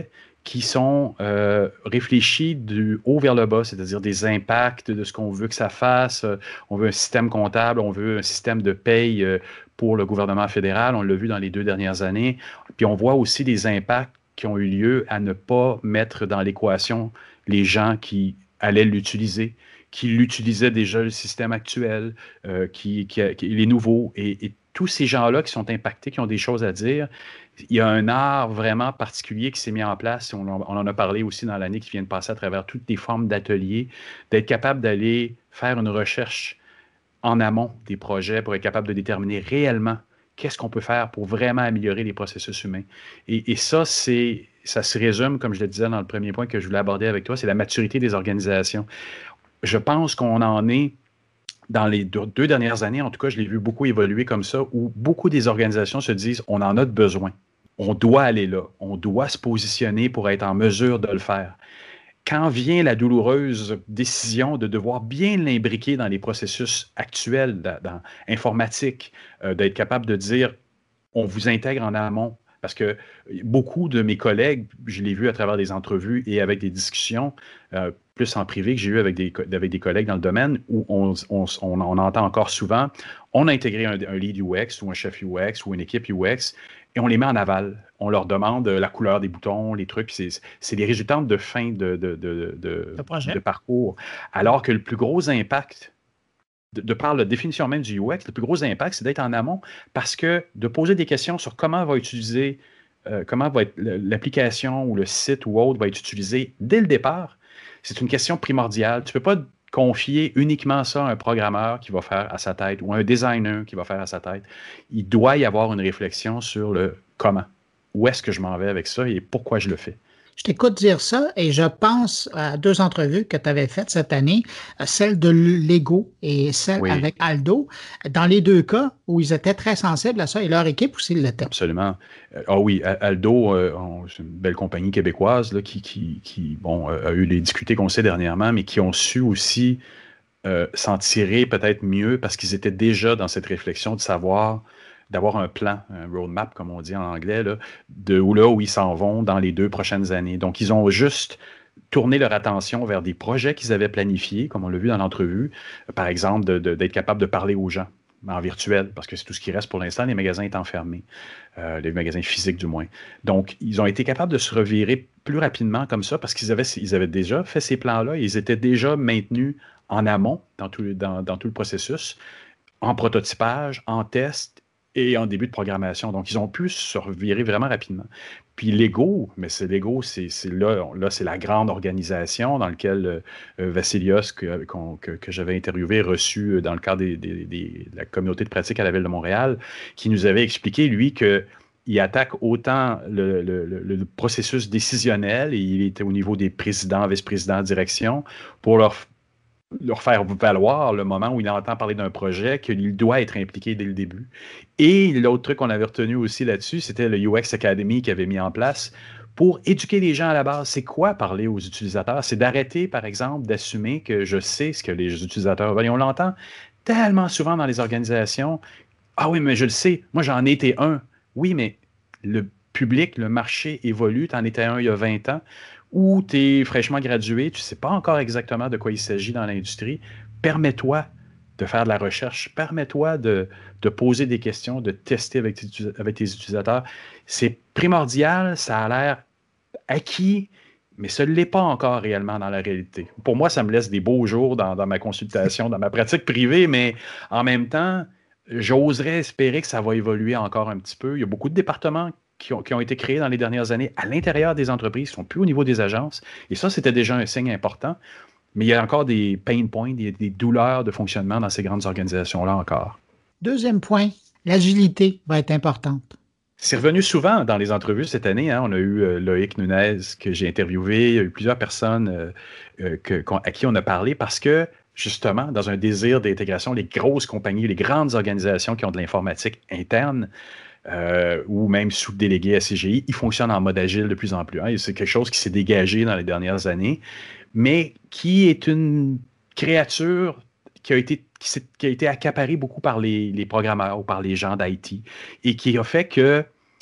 qui sont euh, réfléchis du haut vers le bas, c'est-à-dire des impacts de ce qu'on veut que ça fasse. On veut un système comptable, on veut un système de paye euh, pour le gouvernement fédéral. On l'a vu dans les deux dernières années. Puis on voit aussi des impacts qui ont eu lieu à ne pas mettre dans l'équation les gens qui allaient l'utiliser, qui l'utilisaient déjà le système actuel, euh, qui, qui, qui, les nouveaux. Et, et tous ces gens-là qui sont impactés, qui ont des choses à dire, il y a un art vraiment particulier qui s'est mis en place. On en, on en a parlé aussi dans l'année qui vient de passer à travers toutes les formes d'ateliers, d'être capable d'aller faire une recherche en amont des projets pour être capable de déterminer réellement qu'est-ce qu'on peut faire pour vraiment améliorer les processus humains. Et, et ça, c'est, ça se résume, comme je le disais dans le premier point que je voulais aborder avec toi, c'est la maturité des organisations. Je pense qu'on en est dans les deux, deux dernières années, en tout cas, je l'ai vu beaucoup évoluer comme ça, où beaucoup des organisations se disent on en a besoin. On doit aller là. On doit se positionner pour être en mesure de le faire. Quand vient la douloureuse décision de devoir bien l'imbriquer dans les processus actuels, dans, dans informatique, euh, d'être capable de dire on vous intègre en amont. Parce que beaucoup de mes collègues, je l'ai vu à travers des entrevues et avec des discussions, euh, plus en privé que j'ai eu avec des, avec des collègues dans le domaine, où on, on, on, on entend encore souvent, on a intégré un, un lead U X ou un chef U X ou une équipe U X et on les met en aval. On leur demande la couleur des boutons, les trucs. C'est, c'est des résultats de fin de, de, de, de, de parcours. Alors que le plus gros impact, de, de par la définition même du U X, le plus gros impact, c'est d'être en amont parce que de poser des questions sur comment va utiliser, euh, comment va être l'application ou le site ou autre va être utilisé dès le départ, c'est une question primordiale. Tu ne peux pas confier uniquement ça à un programmeur qui va faire à sa tête ou à un designer qui va faire à sa tête. Il doit y avoir une réflexion sur le comment. Où est-ce que je m'en vais avec ça et pourquoi je le fais? Je t'écoute dire ça et je pense à deux entrevues que tu avais faites cette année, celle de Lego et celle oui. avec Aldo. Dans les deux cas où ils étaient très sensibles à ça et leur équipe aussi l'était. Absolument. Ah oui, Aldo, euh, c'est une belle compagnie québécoise là, qui, qui, qui bon, a eu les difficultés qu'on sait dernièrement, mais qui ont su aussi euh, s'en tirer peut-être mieux parce qu'ils étaient déjà dans cette réflexion de savoir d'avoir un plan, un roadmap, comme on dit en anglais, là, de où, là où ils s'en vont dans les deux prochaines années. Donc, ils ont juste tourné leur attention vers des projets qu'ils avaient planifiés, comme on l'a vu dans l'entrevue, par exemple, de, de, d'être capable de parler aux gens en virtuel, parce que c'est tout ce qui reste pour l'instant, les magasins étant fermés, euh, les magasins physiques du moins. Donc, ils ont été capables de se revirer plus rapidement comme ça, parce qu'ils avaient, ils avaient déjà fait ces plans-là, ils étaient déjà maintenus en amont dans tout, dans, dans tout le processus, en prototypage, en test, et en début de programmation. Donc, ils ont pu se revirer vraiment rapidement. Puis Lego, mais c'est Lego, c'est, c'est là, là, c'est la grande organisation dans laquelle euh, Vassilios, que, que, que j'avais interviewé, reçu dans le cadre des, des, des, de la communauté de pratique à la Ville de Montréal, qui nous avait expliqué, lui, qu'il attaque autant le, le, le, le processus décisionnel, et il était au niveau des présidents, vice-présidents, direction, pour leur leur faire valoir le moment où il entend parler d'un projet, qu'il doit être impliqué dès le début. Et l'autre truc qu'on avait retenu aussi là-dessus, c'était le U X Academy qu'il avait mis en place pour éduquer les gens à la base. C'est quoi parler aux utilisateurs? C'est d'arrêter, par exemple, d'assumer que je sais ce que les utilisateurs veulent. Et on l'entend tellement souvent dans les organisations. Ah oui, mais je le sais. Moi, j'en ai été un. Oui, mais le public, le marché évolue. Tu en étais un il y a vingt ans. Ou tu es fraîchement gradué, tu ne sais pas encore exactement de quoi il s'agit dans l'industrie, permets-toi de faire de la recherche, permets-toi de, de poser des questions, de tester avec tes, avec tes utilisateurs. C'est primordial, ça a l'air acquis, mais ce ne l'est pas encore réellement dans la réalité. Pour moi, ça me laisse des beaux jours dans, dans ma consultation, dans ma pratique privée, mais en même temps, j'oserais espérer que ça va évoluer encore un petit peu. Il y a beaucoup de départements Qui ont, qui ont été créés dans les dernières années à l'intérieur des entreprises, qui ne sont plus au niveau des agences. Et ça, c'était déjà un signe important. Mais il y a encore des pain points, des, des douleurs de fonctionnement dans ces grandes organisations-là encore. Deuxième point, l'agilité va être importante. C'est revenu souvent dans les entrevues cette année. Hein. On a eu euh, Loïc Nunez que j'ai interviewé. Il y a eu plusieurs personnes euh, euh, que, à qui on a parlé parce que, justement, dans un désir d'intégration, les grosses compagnies, les grandes organisations qui ont de l'informatique interne, Euh, ou même sous-délégués à C G I, ils fonctionnent en mode agile de plus en plus. Hein, et c'est quelque chose qui s'est dégagé dans les dernières années, mais qui est une créature qui a été, qui, qui a été accaparée beaucoup par les, les programmeurs ou par les gens d'I T et qui a fait que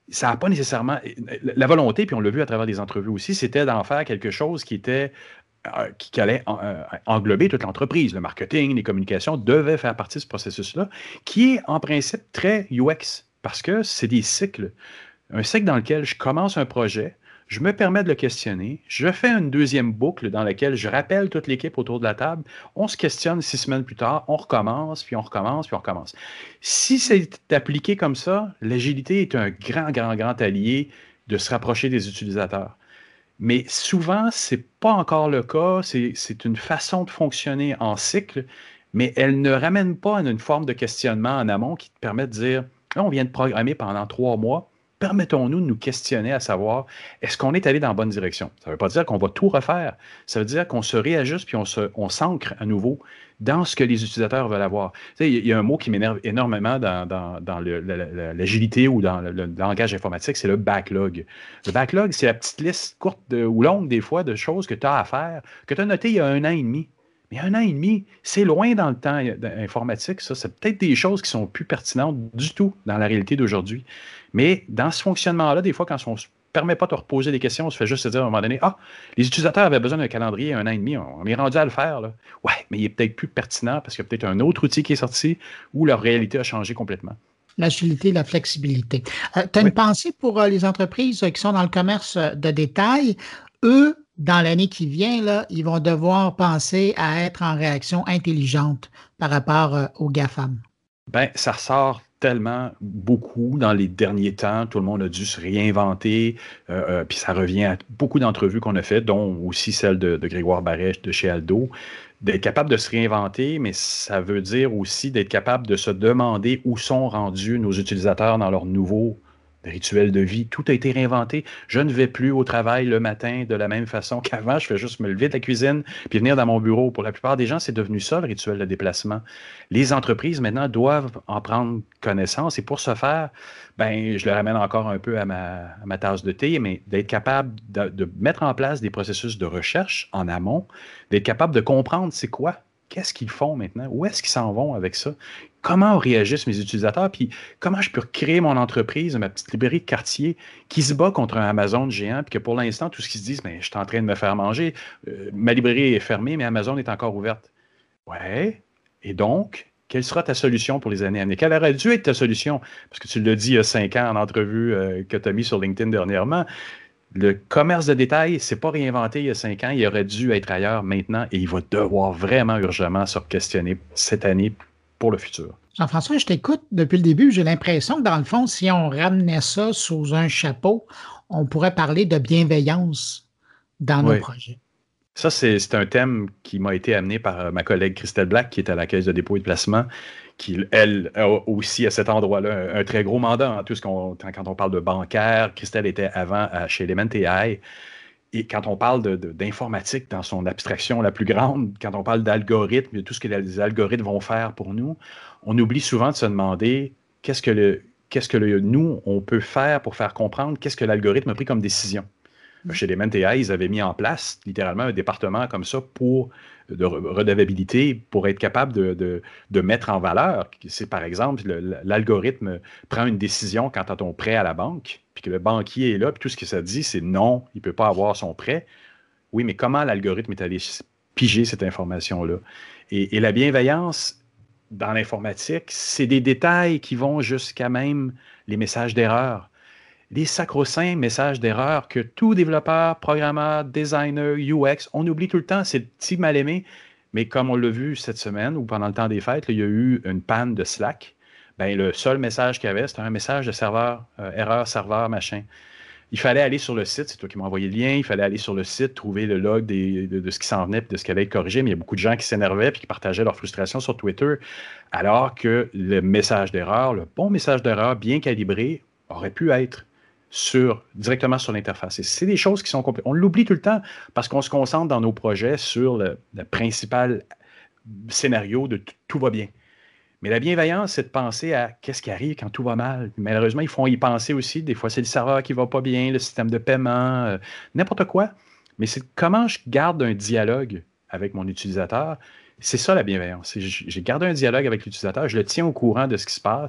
ça n'a pas nécessairement... La volonté, puis on l'a vu à travers des entrevues aussi, c'était d'en faire quelque chose qui était... Euh, qui, qui allait en, euh, englober toute l'entreprise. Le marketing, les communications devaient faire partie de ce processus-là, qui est en principe très U X, parce que c'est des cycles. Un cycle dans lequel je commence un projet, je me permets de le questionner, je fais une deuxième boucle dans laquelle je rappelle toute l'équipe autour de la table, on se questionne six semaines plus tard, on recommence, puis on recommence, puis on recommence. Si c'est appliqué comme ça, l'agilité est un grand, grand, grand allié de se rapprocher des utilisateurs. Mais souvent, ce n'est pas encore le cas, c'est, c'est une façon de fonctionner en cycle, mais elle ne ramène pas à une forme de questionnement en amont qui te permet de dire, là, on vient de programmer pendant trois mois, permettons-nous de nous questionner à savoir, est-ce qu'on est allé dans la bonne direction? Ça ne veut pas dire qu'on va tout refaire. Ça veut dire qu'on se réajuste puis on, se, on s'ancre à nouveau dans ce que les utilisateurs veulent avoir. Tu sais, il y a un mot qui m'énerve énormément dans, dans, dans le, la, la, l'agilité ou dans le, le langage informatique, c'est le backlog. Le backlog, c'est la petite liste courte de, ou longue des fois de choses que tu as à faire, que tu as notées il y a un an et demi. Mais un an et demi, c'est loin dans le temps informatique, ça. C'est peut-être des choses qui sont plus pertinentes du tout dans la réalité d'aujourd'hui. Mais dans ce fonctionnement-là, des fois, quand on ne se permet pas de reposer des questions, on se fait juste se dire à un moment donné, ah, les utilisateurs avaient besoin d'un calendrier un an et demi, on est rendu à le faire, là. Ouais, mais il est peut-être plus pertinent parce qu'il y a peut-être un autre outil qui est sorti où leur réalité a changé complètement. L'agilité, la flexibilité. Euh, tu as Oui. une pensée pour euh, les entreprises euh, qui sont dans le commerce euh, de détail. Eux, dans l'année qui vient, là, ils vont devoir penser à être en réaction intelligente par rapport euh, aux GAFAM. Bien, ça ressort tellement beaucoup dans les derniers temps. Tout le monde a dû se réinventer. Euh, euh, puis ça revient à beaucoup d'entrevues qu'on a faites, dont aussi celle de, de Grégoire Barret de chez Aldo. D'être capable de se réinventer, mais ça veut dire aussi d'être capable de se demander où sont rendus nos utilisateurs dans leur nouveau rituel de vie. Tout a été réinventé. Je ne vais plus au travail le matin de la même façon qu'avant. Je fais juste me lever de la cuisine puis venir dans mon bureau. Pour la plupart des gens, c'est devenu ça, le rituel de déplacement. Les entreprises, maintenant, doivent en prendre connaissance. Et pour ce faire, ben, je le ramène encore un peu à ma, à ma tasse de thé, mais d'être capable de, de mettre en place des processus de recherche en amont, d'être capable de comprendre c'est quoi. Qu'est-ce qu'ils font maintenant? Où est-ce qu'ils s'en vont avec ça? Comment réagissent mes utilisateurs? Puis comment je peux créer mon entreprise, ma petite librairie de quartier qui se bat contre un Amazon géant, puis que pour l'instant, tout ce qu'ils se disent, ben, je suis en train de me faire manger, euh, ma librairie est fermée, mais Amazon est encore ouverte. Ouais. Et donc, quelle sera ta solution pour les années à venir? Quelle aurait dû être ta solution? Parce que tu l'as dit il y a cinq ans en entrevue euh, que tu as mis sur LinkedIn dernièrement. Le commerce de détail, c'est pas réinventé il y a cinq ans, il aurait dû être ailleurs maintenant et il va devoir vraiment urgemment se questionner cette année pour le futur. Jean-François, je t'écoute depuis le début. J'ai l'impression que dans le fond, si on ramenait ça sous un chapeau, on pourrait parler de bienveillance dans nos oui. projets. Ça, c'est, c'est un thème qui m'a été amené par ma collègue Christelle Black, qui est à la Caisse de dépôt et de placement, qui, elle, a aussi à cet endroit-là un, un très gros mandat. En tout ce qu'on, quand on parle de bancaire, Christelle était avant à, chez Element A I. Et quand on parle de, de, d'informatique dans son abstraction la plus grande, quand on parle d'algorithmes, de tout ce que les algorithmes vont faire pour nous, on oublie souvent de se demander qu'est-ce que, le, qu'est-ce que le, nous, on peut faire pour faire comprendre qu'est-ce que l'algorithme a pris comme décision. Chez Element A I, ils avaient mis en place littéralement un département comme ça pour de redevabilité, pour être capable de, de, de mettre en valeur. C'est par exemple, le, l'algorithme prend une décision quant à ton prêt à la banque, puis que le banquier est là, puis tout ce que ça dit, c'est non, il ne peut pas avoir son prêt. Oui, mais comment l'algorithme est allé piger cette information-là? Et, et la bienveillance dans l'informatique, c'est des détails qui vont jusqu'à même les messages d'erreur. Les sacro-saints messages d'erreur que tout développeur, programmeur, designer, U X, on oublie tout le temps, c'est le petit mal-aimé. Mais comme on l'a vu cette semaine ou pendant le temps des fêtes, là, il y a eu une panne de Slack. Ben, le seul message qu'il y avait, c'était un message de serveur, euh, erreur, serveur, machin. Il fallait aller sur le site, c'est toi qui m'as envoyé le lien, il fallait aller sur le site, trouver le log des, de, de ce qui s'en venait et de ce qui allait être corrigé, mais il y a beaucoup de gens qui s'énervaient et qui partageaient leur frustration sur Twitter, alors que le message d'erreur, le bon message d'erreur bien calibré, aurait pu être sur, directement sur l'interface. Et c'est des choses qui sont complètes. On l'oublie tout le temps parce qu'on se concentre dans nos projets sur le, le principal scénario de t- tout va bien. Mais la bienveillance, c'est de penser à qu'est-ce qui arrive quand tout va mal. Malheureusement, ils font y penser aussi. Des fois, c'est le serveur qui ne va pas bien, le système de paiement, euh, n'importe quoi. Mais c'est comment je garde un dialogue avec mon utilisateur. C'est ça la bienveillance. C'est, j'ai gardé un dialogue avec l'utilisateur, je le tiens au courant de ce qui se passe.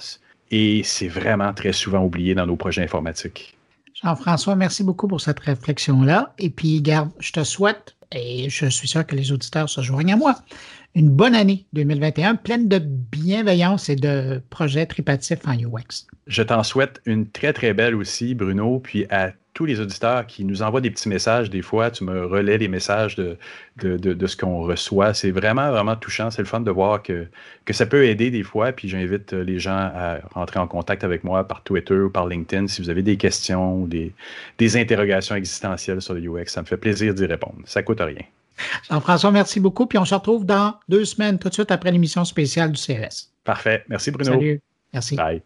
et c'est vraiment très souvent oublié dans nos projets informatiques. Jean-François, merci beaucoup pour cette réflexion-là. Et puis, garde, je te souhaite, et je suis sûr que les auditeurs se joignent à moi, une bonne année deux mille vingt et un, pleine de bienveillance et de projets tripatifs en U X. Je t'en souhaite une très, très belle aussi, Bruno, puis à tous les auditeurs qui nous envoient des petits messages. Des fois, tu me relais les messages de, de, de, de ce qu'on reçoit. C'est vraiment, vraiment touchant. C'est le fun de voir que, que ça peut aider des fois. Puis j'invite les gens à rentrer en contact avec moi par Twitter ou par LinkedIn si vous avez des questions ou des, des interrogations existentielles sur le U X. Ça me fait plaisir d'y répondre. Ça ne coûte rien. Jean-François, merci beaucoup. Puis on se retrouve dans deux semaines, tout de suite après l'émission spéciale du C E S. Parfait. Merci, Bruno. Salut. Merci. Bye.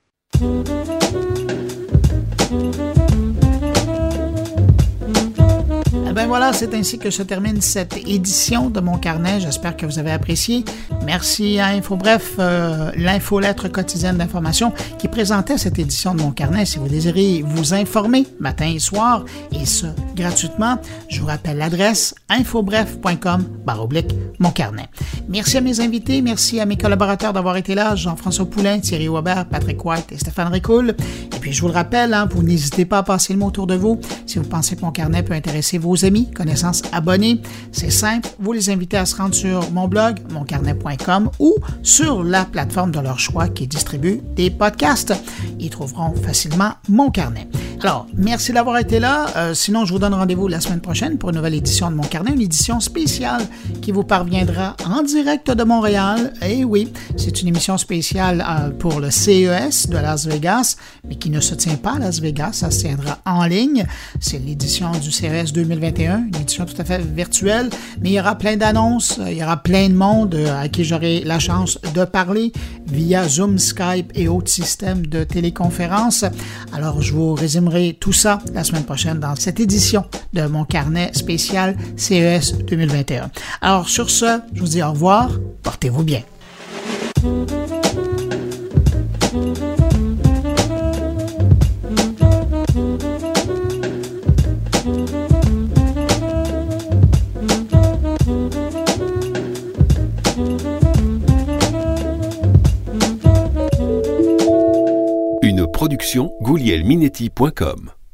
Eh bien voilà, c'est ainsi que se termine cette édition de Mon Carnet. J'espère que vous avez apprécié. Merci à InfoBref, euh, l'infolettre quotidienne d'information qui présentait cette édition de Mon Carnet. Si vous désirez vous informer matin et soir, et ce, gratuitement, je vous rappelle l'adresse infobref point com barre oblique Mon Carnet. Merci à mes invités, merci à mes collaborateurs d'avoir été là, Jean-François Poulain, Thierry Weber, Patrick White et Stéphane Ricoul. Et puis je vous le rappelle, hein, vous n'hésitez pas à passer le mot autour de vous. Si vous pensez que Mon Carnet peut intéresser vos amis, connaissances, abonnés, c'est simple, vous les invitez à se rendre sur mon blog, mon carnet point com ou sur la plateforme de leur choix qui distribue des podcasts. Ils trouveront facilement Mon Carnet. Alors, merci d'avoir été là. Euh, sinon, je vous donne rendez-vous la semaine prochaine pour une nouvelle édition de Mon Carnet, une édition spéciale qui vous parviendra en direct de Montréal. Et oui, c'est une émission spéciale euh, pour le C E S de Las Vegas, mais qui ne se tient pas à Las Vegas, ça se tiendra en ligne. C'est l'édition du C E S deux mille vingt et un, une édition tout à fait virtuelle, mais il y aura plein d'annonces, il y aura plein de monde euh, à qui j'aurai la chance de parler via Zoom, Skype et autres systèmes de téléconférence. Alors, je vous résumerai tout ça la semaine prochaine dans cette édition de Mon Carnet spécial C E S deux mille vingt et un. Alors, sur ce, je vous dis au revoir, portez-vous bien. Une production Gouliel Minetti point com.